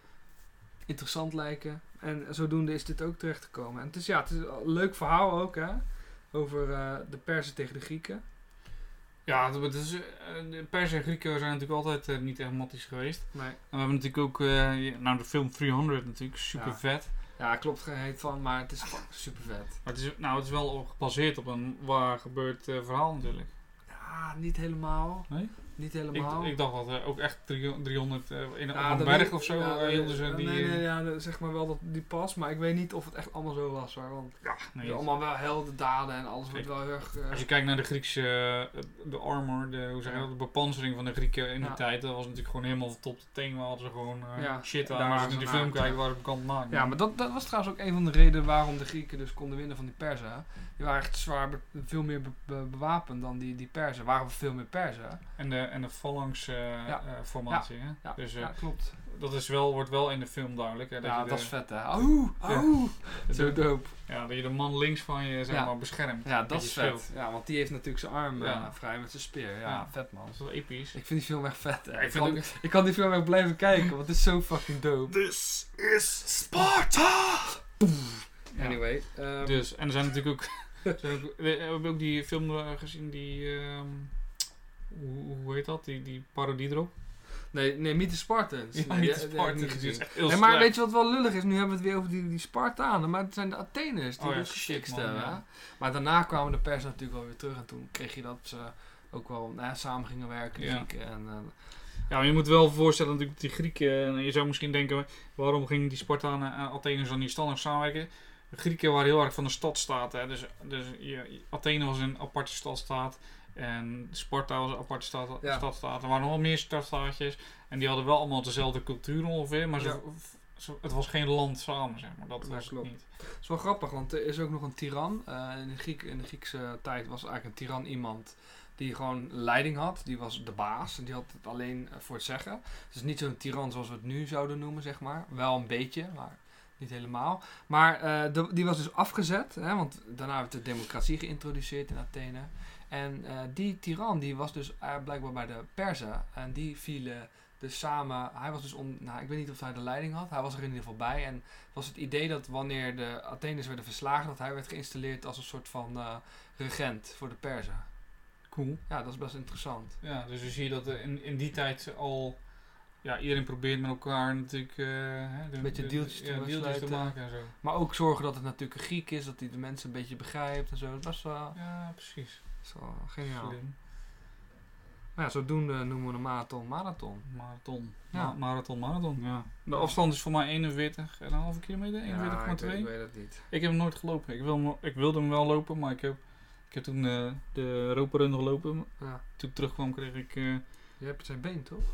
interessant lijken. En zodoende is dit ook terechtgekomen. En het is, ja, het is een leuk verhaal ook, hè? Over uh, de Perzen tegen de Grieken. Ja, het is, uh, de Perzen en Grieken zijn natuurlijk altijd uh, niet echt matties geweest. Nee. En we hebben natuurlijk ook, uh, nou de film driehonderd natuurlijk, super ja. vet. Ja, klopt geen heet van, maar het is super vet. Maar het is, nou, het is wel gebaseerd op een waar gebeurd uh, verhaal natuurlijk. Ja, niet helemaal. Nee? Niet helemaal. Ik, ik dacht dat er ook echt driehonderd uh, in ja, op een berg of zo ja, hielden ze die... Nee, nee, ja, zeg maar wel dat die pas, maar ik weet niet of het echt allemaal zo was hoor. Want ja, nee, het allemaal wel heldendaden en alles wordt wel heel erg... Uh, Als je kijkt naar de Griekse, uh, de armor, de, hoe zeg je dat, de bepansering van de Grieken in die ja. tijd, dat was natuurlijk gewoon helemaal van top tot teen, waar hadden ze gewoon uh, ja, shit aan. Maar als je naar die film kijkt, waren ze bekend maken. Ja, maar dat, dat was trouwens ook een van de redenen waarom de Grieken dus konden winnen van die Perzen. Die waren echt zwaar, be, veel meer be, be, bewapend dan die, die Perzen. Waren veel meer Perzen. En de, en de phalanx uh, ja. uh, formatie, ja. hè? Ja. Dus, uh, ja, klopt. Dat is wel, wordt wel in de film duidelijk. Hè, dat ja, je dat de, is vet hè. Auw, auw. Ja. Zo dope. Ja, dat je de man links van je zeg ja. maar beschermt. Ja, dat is vet. Schild. Ja, want die heeft natuurlijk zijn arm ja. uh, vrij met zijn speer. Ja, ja, vet man. Dat is wel episch. Ik vind die film echt vet. Ja, ik, ik, vind kan, ook... ik kan die film echt blijven kijken, want het is zo fucking dope. This is Sparta! Ja. Anyway. Um, dus, en er zijn natuurlijk ook... zijn ook we hebben ook die film gezien, die... Um, hoe, hoe heet dat? Die, die parodie erop. Nee, nee, Meet the Spartans. Ja, nee, Meet the Spartans. Die, die nee, maar weet je wat wel lullig is? Nu hebben we het weer over die, die Spartanen, maar het zijn de Atheners die oh, ja, gefixt hebben. Ja. Maar daarna kwamen de pers natuurlijk wel weer terug en toen kreeg je dat ze ook wel nou ja, samen gingen werken, de Ja. Grieken. En, uh, Ja, maar je moet wel voorstellen natuurlijk die Grieken, en je zou misschien denken, waarom gingen die Spartanen en Atheners dan niet standaard samenwerken? De Grieken waren heel erg van de stadstaat, hè? Dus, dus je, Athene was een aparte stadstaat en Sparta was een aparte stad, Ja. stadstaat. Er waren nog wel meer stadstaatjes en die hadden wel allemaal dezelfde cultuur ongeveer, maar Ja. zo, zo, het was geen land samen, zeg maar. Dat Ja, was het klopt. niet. Het is wel grappig, want er is ook nog een tiran. Uh, in, de Griek, in de Griekse tijd was eigenlijk een tiran iemand die gewoon leiding had. Die was de baas en die had het alleen uh, voor het zeggen. Dus niet zo'n tiran zoals we het nu zouden noemen, zeg maar. Wel een beetje, maar niet helemaal. Maar uh, de, die was dus afgezet, hè, want daarna werd de democratie geïntroduceerd in Athene. En uh, die tiran die was dus uh, blijkbaar bij de Perzen. En die vielen dus samen. Hij was dus on, nou, ik weet niet of hij de leiding had. Hij was er in ieder geval bij. En het was het idee dat wanneer de Atheners werden verslagen, dat hij werd geïnstalleerd als een soort van uh, regent voor de Perzen. Cool. Ja, dat is best interessant. Ja, dus we zien dat er in, in die tijd al, ja, iedereen probeert met elkaar natuurlijk uh, hè, de, Een beetje de- deeltjes te ja, deeltjes te sluiten. maken en zo. Maar ook zorgen dat het natuurlijk een Griek is, dat hij de mensen een beetje begrijpt en zo. Dat is best wel, Ja, precies. best wel geniaal. Slim. Maar ja, zodoende noemen we een marathon marathon. Marathon. Ja. Ma- marathon, marathon, ja. De afstand is voor mij eenenveertig komma vijf kilometer, eenenveertig komma Ja, ik, weet- twee. ik weet het niet. Ik heb hem nooit gelopen. Ik, wil hem, ik wilde hem wel lopen, maar ik heb, ik heb toen uh, de Europa Run gelopen. Ja. Toen ik terugkwam kreeg ik... Uh, Je hebt zijn been, toch?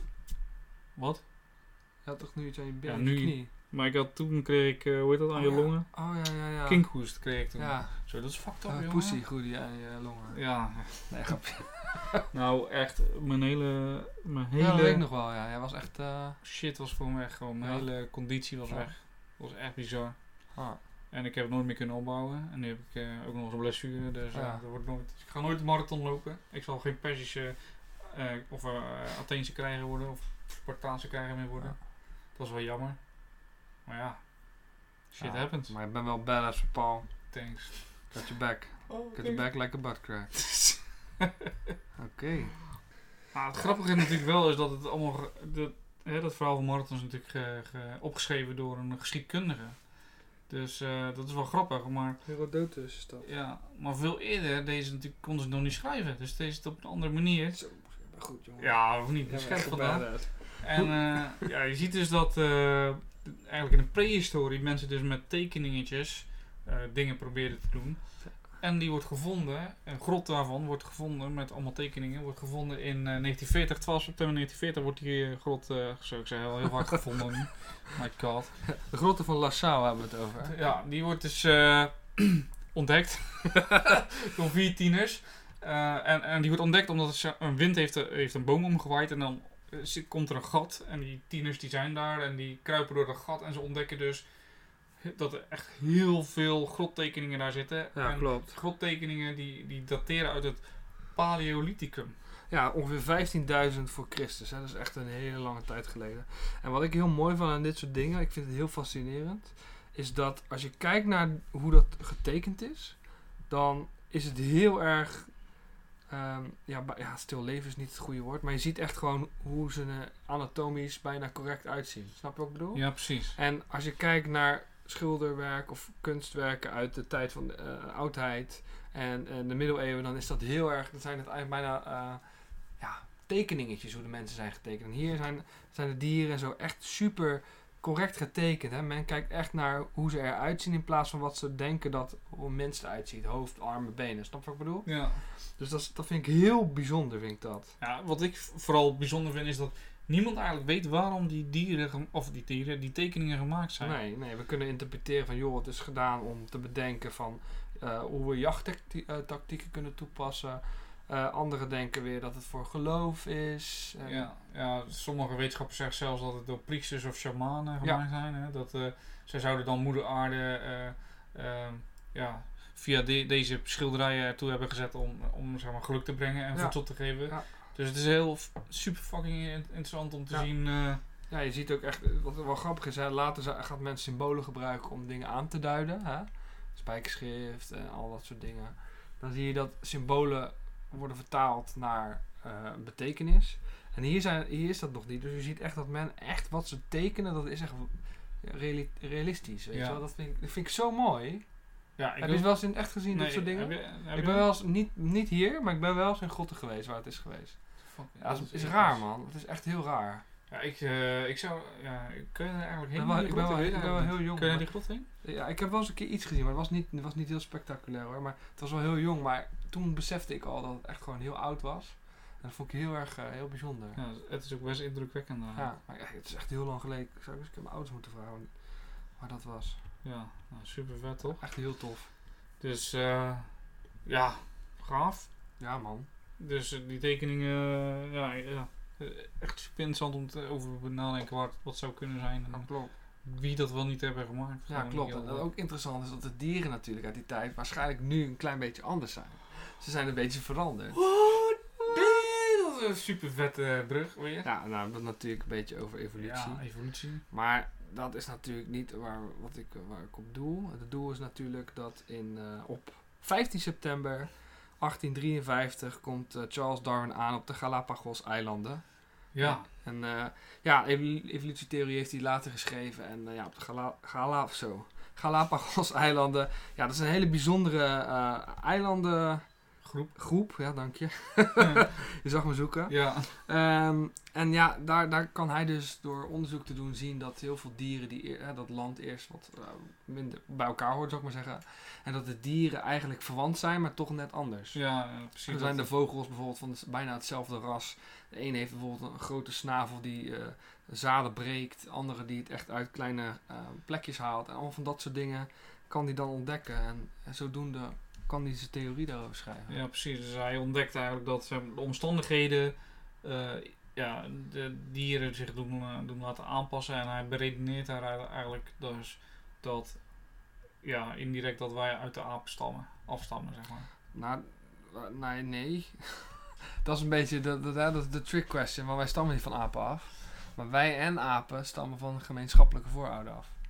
wat? Je had toch nu iets aan je been, Ja, aan nu- je knie? Maar ik had toen kreeg ik, uh, hoe heet dat, aan Oh, je ja. longen? Oh ja, ja, ja. Kinkhoest kreeg ik toen. Ja, Zo, dat is fucked up, uh, jongen. pussy groeide aan je longen. Ja, Nee, grapje. nou echt, mijn hele... Mijn hele Ja, dat weet ik nog wel, ja. Jij was echt... Uh, shit was voor me weg. Gewoon, mijn Ja. hele conditie was Ja. weg. Dat was echt bizar. ah. En ik heb het nooit meer kunnen opbouwen. En nu heb ik uh, ook nog eens een blessure. Dus uh, Ja. dat wordt nooit. Ik ga nooit de marathon lopen. Ik zal geen Persische uh, of uh, Atheense krijger worden. Of Spartaanse krijger meer worden. Ja. Dat is wel jammer. Maar ja. Shit Ja, happens. Maar ik ben wel badass voor Paul. Thanks. Got your back. Oh, Got your back like a butt crack. Oké. Nou, het grappige natuurlijk wel is dat het allemaal... ge- Dat, hè, dat verhaal van marathon is natuurlijk ge- ge- opgeschreven door een geschiedkundige. Dus uh, dat is wel grappig. Maar Herodotus is dat. ja, maar veel eerder deze natuurlijk konden ze nog niet schrijven. Dus deze het op een andere manier. Zo, maar goed jongen. Ja, of niet? Ja, Dat maar scherp echt vandaan. badass. En uh, ja, je ziet dus dat uh, eigenlijk in de prehistorie mensen dus met tekeningetjes uh, dingen probeerden te doen. En die wordt gevonden, een grot daarvan wordt gevonden met allemaal tekeningen, wordt gevonden in uh, negentien veertig, twaalf september negentien veertig wordt die uh, grot, uh, zo ik zei, al heel vaak gevonden. My god. De grotten van Lassau hebben we het over. Ja, die wordt dus uh, ontdekt door vier tieners. Uh, en, en die wordt ontdekt omdat het, een wind heeft, heeft een boom omgewaaid en dan uh, zit, komt er een gat. En die tieners die zijn daar en die kruipen door dat gat en ze ontdekken dus dat er echt heel veel grottekeningen daar zitten. Ja, en klopt. grottekeningen die, die dateren uit het Paleolithicum. Ja, ongeveer vijftienduizend voor Christus. Hè. Dat is echt een hele lange tijd geleden. En wat ik heel mooi vind aan dit soort dingen, ik vind het heel fascinerend, is dat als je kijkt naar hoe dat getekend is, dan is het heel erg, um, ja, ba- ja, stil leven is niet het goede woord, maar je ziet echt gewoon hoe ze er anatomisch bijna correct uitzien. Snap je wat ik bedoel? Ja, precies. En als je kijkt naar schilderwerk of kunstwerken uit de tijd van de uh, oudheid en, en de middeleeuwen, dan is dat heel erg, dan zijn het eigenlijk bijna uh, ja, tekeningetjes hoe de mensen zijn getekend. En hier zijn, zijn de dieren en zo echt super correct getekend. Hè? Men kijkt echt naar hoe ze eruit zien in plaats van wat ze denken dat hoe een mens eruit ziet. Hoofd, armen, benen. Snap je wat ik bedoel? Ja. Dus dat, is, dat vind ik heel bijzonder, vind ik dat. Ja, wat ik vooral bijzonder vind is dat niemand eigenlijk weet waarom die dieren, gem- of die dieren, die tekeningen gemaakt zijn. Nee, nee, we kunnen interpreteren van joh, het is gedaan om te bedenken van uh, hoe we jachttactieken kunnen toepassen. Uh, anderen denken weer dat het voor geloof is. En Ja, ja, sommige wetenschappers zeggen zelfs dat het door priesters of shamanen gemaakt zijn. Hè? Dat, uh, zij zouden dan moeder aarde uh, uh, ja, via de, deze schilderijen ertoe hebben gezet om, om zeg maar, geluk te brengen en Ja. voedsel te geven. Ja. Dus het is heel f- super fucking interessant om te Ja. zien. Uh, Ja, je ziet ook echt, wat wel grappig is, hè, later za- gaat men symbolen gebruiken om dingen aan te duiden. Hè? Spijkerschrift en al dat soort dingen. Dan zie je dat symbolen worden vertaald naar uh, betekenis. En hier, zijn, hier is dat nog niet. Dus je ziet echt dat men echt wat ze tekenen, dat is echt reali- realistisch. Weet Ja. je wel? Dat, vind ik, dat vind ik zo mooi. Ja, ik heb je het wel eens in het echt gezien, nee, dit soort dingen? Heb je, heb ik ben wel eens, niet, niet hier, maar ik ben wel eens in Grotten geweest waar het is geweest. Fuck, Ja, het is, is echt raar, nice. man. Het is echt heel raar. Ja, ik, uh, ik zou... Ja, kun je er eigenlijk heen? Ik ben wel, ik ben wel, ik ben wel heel jong. Kun je naar die grot heen? Ja, ik heb wel eens een keer iets gezien, maar het was niet, het was niet heel spectaculair hoor. Maar het was wel heel jong, maar toen besefte ik al dat het echt gewoon heel oud was. En dat vond ik heel erg uh, heel bijzonder. Ja, het is ook best indrukwekkend. Uh. Ja, maar ja, het is echt heel lang geleden. Ik zou eens een keer mijn ouders moeten vragen waar dat was. Ja, nou, super vet toch? Echt heel tof. Dus uh, ja, gaaf. Ja man. Dus uh, die tekeningen, uh, ja, ja, echt super interessant om te over nadenken wat wat zou kunnen zijn. En ja, klopt. Wie dat wel niet hebben gemaakt. Ja, klopt. En wat ook interessant is dat de dieren natuurlijk uit die tijd waarschijnlijk nu een klein beetje anders zijn. Ze zijn een beetje veranderd. What? Dat is een super vette brug weer. Ja, nou, dat natuurlijk een beetje over evolutie. Ja, evolutie. Maar dat is natuurlijk niet waar, wat ik, waar ik op doel. Het doel is natuurlijk dat in, uh, op vijftien september achttien drieënvijftig komt uh, Charles Darwin aan op de Galapagos-eilanden. Ja. En uh, ja, evolutietheorie heeft hij later geschreven. En uh, ja, op de Gala Gala zo. Galapagos-eilanden. Ja, dat is een hele bijzondere uh, eilanden... Groep. Groep, ja, dank je. Je zag me zoeken. Ja. Um, en ja, daar, daar kan hij dus door onderzoek te doen zien dat heel veel dieren, die eh, dat land eerst wat uh, minder bij elkaar hoort, zou ik maar zeggen. En dat de dieren eigenlijk verwant zijn, maar toch net anders. Ja, uh, precies. Er zijn de vogels bijvoorbeeld van de, bijna hetzelfde ras. De een heeft bijvoorbeeld een grote snavel die uh, zaden breekt. De andere die het echt uit kleine uh, plekjes haalt. En allemaal van dat soort dingen kan hij dan ontdekken. En, en zodoende kan hij zijn theorie daarover schrijven. Ja, precies. Dus hij ontdekt eigenlijk dat uh, de omstandigheden uh, ja, de dieren zich doen, uh, doen laten aanpassen. En hij beredeneert daar eigenlijk dus dat ja, indirect dat wij uit de apen stammen, afstammen, zeg maar. Nou, nee, nee. Dat is een beetje de, de, de, de trick question, want wij stammen niet van apen af. Maar wij en apen stammen van een gemeenschappelijke voorouder af.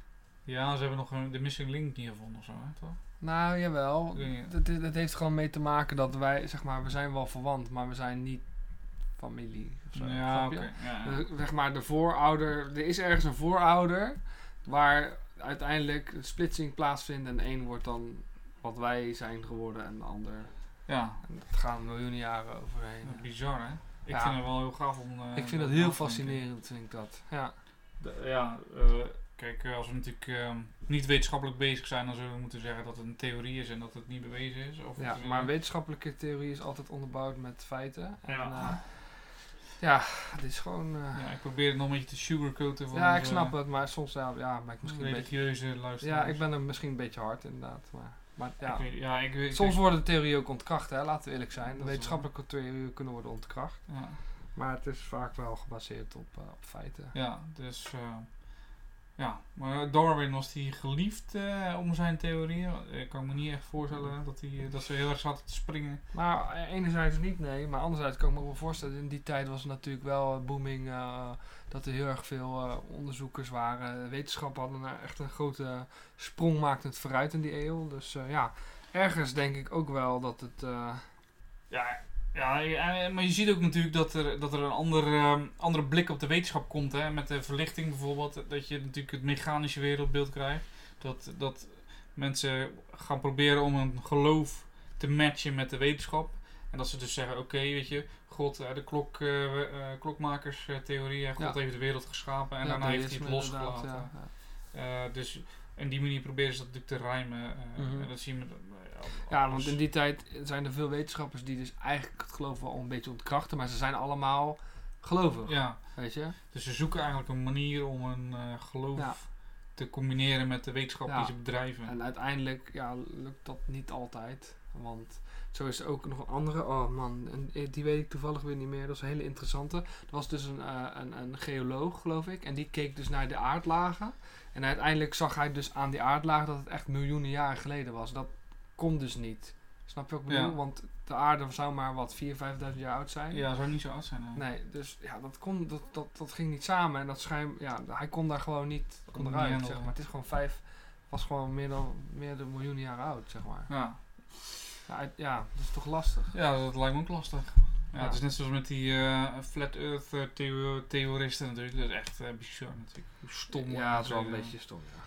Ja, ze hebben nog een, de missing link niet gevonden of zo, hè, toch? Nou, jawel. Ja. Het, het heeft gewoon mee te maken dat wij, zeg maar, we zijn wel verwant, maar we zijn niet familie. Of zo, ja, oké. Okay. Ja, ja. De, zeg maar, de voorouder, er is ergens een voorouder waar uiteindelijk een splitsing plaatsvindt en één wordt dan wat wij zijn geworden en de ander. Ja. En dat gaan miljoenen jaren overheen. Dat is bizar, hè? Ik ja. vind het wel heel gaaf om... Uh, ik vind dat heel fascinerend, vind ik dat. Ja. De, ja, uh, kijk, als we natuurlijk uh, niet wetenschappelijk bezig zijn, dan zullen we moeten zeggen dat het een theorie is en dat het niet bewezen is. Of ja, het, maar wetenschappelijke theorie is altijd onderbouwd met feiten. En, ja. Uh, ja, het is gewoon... Uh, ja, ik probeer het nog een beetje te sugarcoaten. Ja, ik snap uh, het, maar soms ja, ja ben ik misschien een beetje... Ja, ik ben er misschien een beetje hard inderdaad. Maar, maar ja, ik weet, ja ik weet, soms ik, worden de theorieën ook ontkracht, hè, laten we eerlijk zijn. De wetenschappelijke theorieën kunnen worden ontkracht. Ja. Maar het is vaak wel gebaseerd op, uh, op feiten. Ja, dus... Uh, ja, maar Darwin was die geliefd uh, om zijn theorieën. Ik kan me niet echt voorstellen dat, die, dat ze heel erg zaten te springen. Nou, enerzijds niet, nee. Maar anderzijds kan ik me ook wel voorstellen, in die tijd was het natuurlijk wel booming, uh, dat er heel erg veel uh, onderzoekers waren. Wetenschap hadden uh, echt een grote sprong maakte het vooruit in die eeuw. Dus uh, ja, ergens denk ik ook wel dat het... Uh, ja, ja, maar je ziet ook natuurlijk dat er, dat er een andere, um, andere blik op de wetenschap komt. Hè? Met de verlichting bijvoorbeeld. Dat je natuurlijk het mechanische wereldbeeld krijgt. Dat, dat mensen gaan proberen om een geloof te matchen met de wetenschap. En dat ze dus zeggen, oké, okay, weet je, God, de klok, uh, uh, klokmakerstheorie, God ja. heeft de wereld geschapen en ja, daarna heeft hij het losgelaten. Ja, ja. Uh, dus op die manier proberen ze dat natuurlijk te rijmen. Uh, mm-hmm. En dat zien we... Ja, want in die tijd zijn er veel wetenschappers die dus eigenlijk het geloof wel een beetje ontkrachten, maar ze zijn allemaal gelovig. Ja. Weet je? Dus ze zoeken eigenlijk een manier om een uh, geloof ja. te combineren met de wetenschap ja. die ze bedrijven. En uiteindelijk ja, lukt dat niet altijd. Want zo is er ook nog een andere, oh man, die weet ik toevallig weer niet meer. Dat is een hele interessante. Er was dus een, uh, een, een geoloog, geloof ik, en die keek dus naar de aardlagen. En uiteindelijk zag hij dus aan die aardlagen dat het echt miljoenen jaren geleden was. Dat kon dus niet. Snap je wat ik bedoel? Ja. Want de aarde zou maar wat vier, vijfduizend jaar oud zijn. Ja, zou niet zo oud zijn. Hè? Nee, dus ja, dat, kon, dat, dat, dat ging niet samen. En dat schijn, ja, hij kon daar gewoon niet kon eruit, zeg maar. Het is gewoon vijf, was gewoon meer dan, meer dan miljoenen jaren oud, zeg maar. Ja. Ja, ja, dat is toch lastig? Ja, dat lijkt me ook lastig. Ja, ja. Het is net zoals met die uh, flat earth uh, theo- theoristen natuurlijk. Dat is echt uh, bizar natuurlijk. Hoe stom. Ja, het is wel een beetje stom, ja.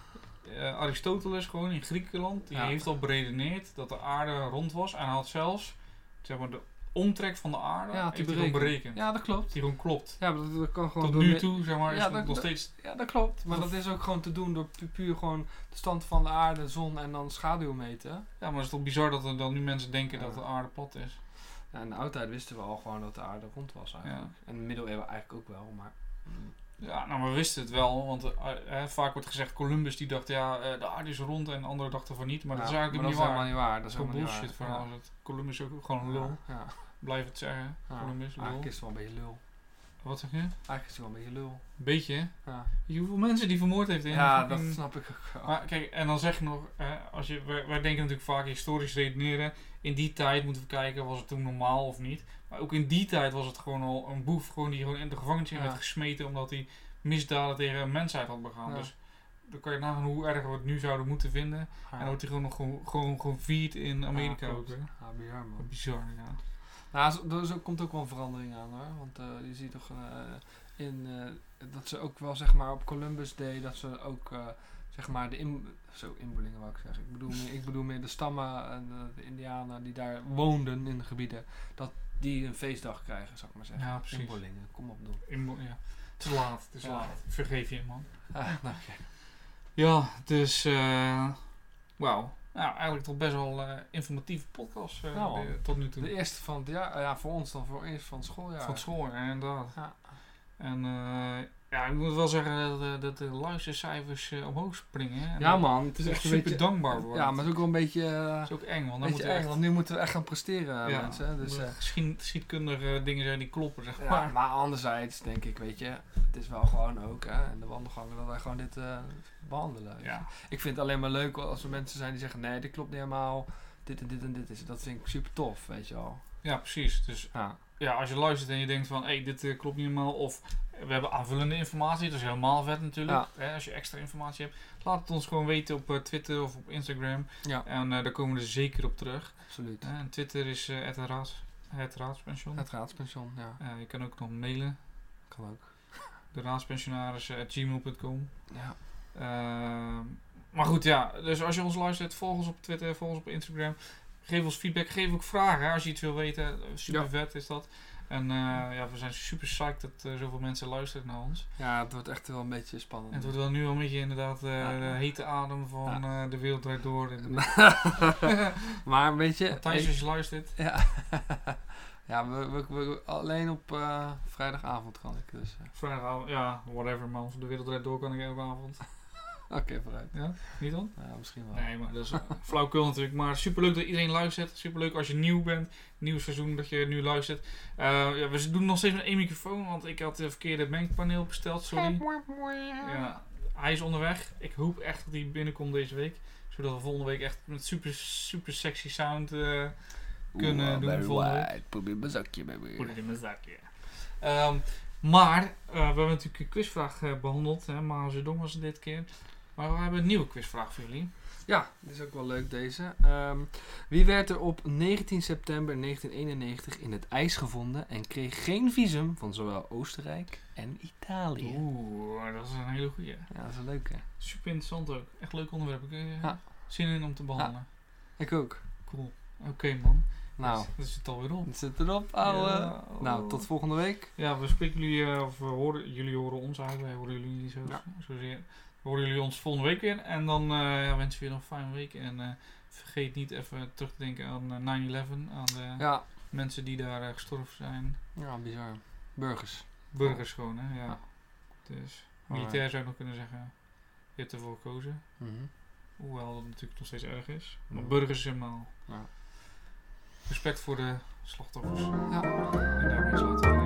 uh, Aristoteles gewoon in Griekenland, die Ja. heeft al beredeneerd dat de aarde rond was. En hij had zelfs, zeg maar, de omtrek van de aarde Ja, heeft die hij gewoon berekend. berekend. Ja, dat klopt. Die gewoon klopt. Ja, maar dat, dat kan gewoon Tot door nu mi- toe, zeg maar, is Ja, het dat- nog dat- steeds... Ja, dat klopt. Maar dat is ook gewoon te doen door pu- puur gewoon de stand van de aarde, de zon en dan schaduw meten. Ja, maar het is toch bizar dat er dan nu mensen denken Ja. dat de aarde plat is. Ja, in de oudheid wisten we al gewoon dat de aarde rond was eigenlijk. En in de middeleeuwen eigenlijk ook wel, maar... Ja, nou, we wisten het wel, want uh, uh, vaak wordt gezegd Columbus die dacht, ja, uh, de aarde is rond en anderen dachten van niet, maar Ja, dat is eigenlijk maar niet dat waar. is helemaal niet waar. Dat Dat is is gewoon helemaal niet bullshit waar. verhaal. Ja. Columbus is ook gewoon een lul. Ja, ja. Blijf het zeggen, Ja. Columbus, lul. Eigenlijk is het wel een beetje lul. Wat zeg je? Eigenlijk is het wel een beetje lul. Beetje, hè? Ja, Weet je hoeveel mensen die vermoord heeft in ja een dat fucking- snap ik ook wel. Maar kijk, en dan zeg je nog, eh, als je, wij, wij denken natuurlijk vaak historisch redeneren. In die tijd moeten we kijken, was het toen normaal of niet. Maar ook in die tijd was het gewoon al een boef, gewoon die gewoon in de gevangenis in Ja. werd gesmeten omdat hij misdaden tegen de mensheid had begaan. Ja. Dus dan kan je nagaan hoe erg we het nu zouden moeten vinden. Ja. En dan wordt hij gewoon nog gewoon, gewoon gevierd in Amerika Ja, ook. klopt. Hè? Ja, bizar man. Bizar, ja. Nou, zo- er is ook- komt ook wel een verandering aan hoor. Want eh, je ziet toch eh, in, eh, dat ze ook wel zeg maar op Columbus Day, dat ze ook eh, zeg maar de in, zo inboelingen wou ik zeggen. Ik bedoel meer, ik bedoel meer de stammen en de, de indianen die daar woonden in de gebieden, dat die een feestdag krijgen, zou ik maar zeggen. Ja, precies. Inboelingen, kom op doen. In, ja. Het is laat, het is Ja. laat. Vergeef je, man. Ah, nou, oké. Ja, dus uh, wauw. Nou, eigenlijk toch best wel uh, informatieve podcast uh, Nou, de, tot nu toe. De eerste van het jaar, ja, voor ons dan voor eerst van het schooljaar. Van het school, ja, inderdaad. Ja. En uh, ja, ik moet wel zeggen dat, uh, dat de luistercijfers uh, omhoog springen. Hè? En Ja dat man, het is ik echt een super beetje dankbaar worden. Ja, maar het is ook wel een beetje, uh, dat is ook eng, want dan beetje moeten we eng, echt, want nu moeten we echt gaan presteren ja, mensen. Dus, uh, geschied, geschiedkundige dingen zijn die kloppen, zeg ja, maar. maar anderzijds denk ik, weet je, het is wel gewoon ook hè, in de wandelgangen dat wij gewoon dit uh, behandelen. weet je. Ja. Ik vind het alleen maar leuk als er mensen zijn die zeggen, nee, dit klopt niet helemaal, dit en dit en dit is het. Dat vind ik super tof, weet je wel. Ja, precies. Dus Ja, ja, als je luistert en je denkt van, hé, hey, dit uh, klopt niet helemaal, of we hebben aanvullende informatie, dat is helemaal vet natuurlijk. Ja. Hè, als je extra informatie hebt, laat het ons gewoon weten op uh, Twitter of op Instagram. ja, En uh, daar komen we er zeker op terug. absoluut. Uh, en Twitter is uh, het, raads, het raadspension. Het raadspension, ja, Uh, je kan ook nog mailen. kan ook. De raadspensionaris at gmail punt com. Ja, Uh, maar goed, ja. Dus als je ons luistert, volg ons op Twitter, volg ons op Instagram. Geef ons feedback, geef ook vragen hè, als je iets wil weten. Super Ja. vet is dat. En uh, ja, we zijn super psyched dat uh, zoveel mensen luisteren naar ons. ja, het wordt echt wel een beetje spannend. En het wordt wel nu al een beetje inderdaad uh, Ja. de hete adem van Ja. uh, de wereld draait door. En Maar weet je, Thijs, ik- als je luistert. ja, ja we, we, we, alleen op uh, vrijdagavond kan ik dus. Uh. Vrijdagavond, ja, whatever man. De wereld draait door kan ik elke avond. Oké, okay, vooruit. Ja, niet dan? Ja, misschien wel. Nee, maar dat is uh, flauwkul natuurlijk. Maar superleuk dat iedereen luistert. Superleuk als je nieuw bent. Nieuw seizoen dat je nu luistert. Uh, ja, we doen nog steeds met één microfoon. Want ik had het verkeerde mengpaneel besteld. Sorry. Ja, hij is onderweg. Ik hoop echt dat hij binnenkomt deze week. Zodat we volgende week echt met super, super sexy sound uh, kunnen doen. Volgende week. Probeer mijn zakje, baby. Put it in mijn zakje. Um, maar, uh, we hebben natuurlijk een quizvraag uh, behandeld. Hè, maar zo dom was het dit keer. Maar we hebben een nieuwe quizvraag voor jullie. Ja, dit is ook wel leuk deze. Um, wie werd er op negentien september negentien eenennegentig in het ijs gevonden en kreeg geen visum van zowel Oostenrijk en Italië? Oeh, dat is een hele goeie. Ja, dat is een leuke. Super interessant ook. Echt leuk onderwerp. Ik heb uh, Ja. zin in om te behandelen. Ik ook. Cool. Oké okay, man. Nou, dat zit alweer op. het zit erop, ouwe. Ja, oh. Nou, tot volgende week. Ja, we spreken jullie, uh, of we horen, jullie horen ons eigenlijk. Wij horen jullie niet zo, Ja. zozeer. We horen jullie ons volgende week weer. En dan uh, ja, wensen we je nog een fijne week. En uh, vergeet niet even terug te denken aan uh, nine eleven. Aan de Ja. mensen die daar uh, gestorven zijn. Ja, bizar. Burgers. Burgers gewoon, hè. Ja. Ja. Dus militair zou ik nog kunnen zeggen. Je hebt ervoor gekozen. Mm-hmm. Hoewel dat natuurlijk nog steeds erg is. Maar Mhm. burgers is helemaal. Ja. Respect voor de slachtoffers. Ja. En daarmee sluiten we.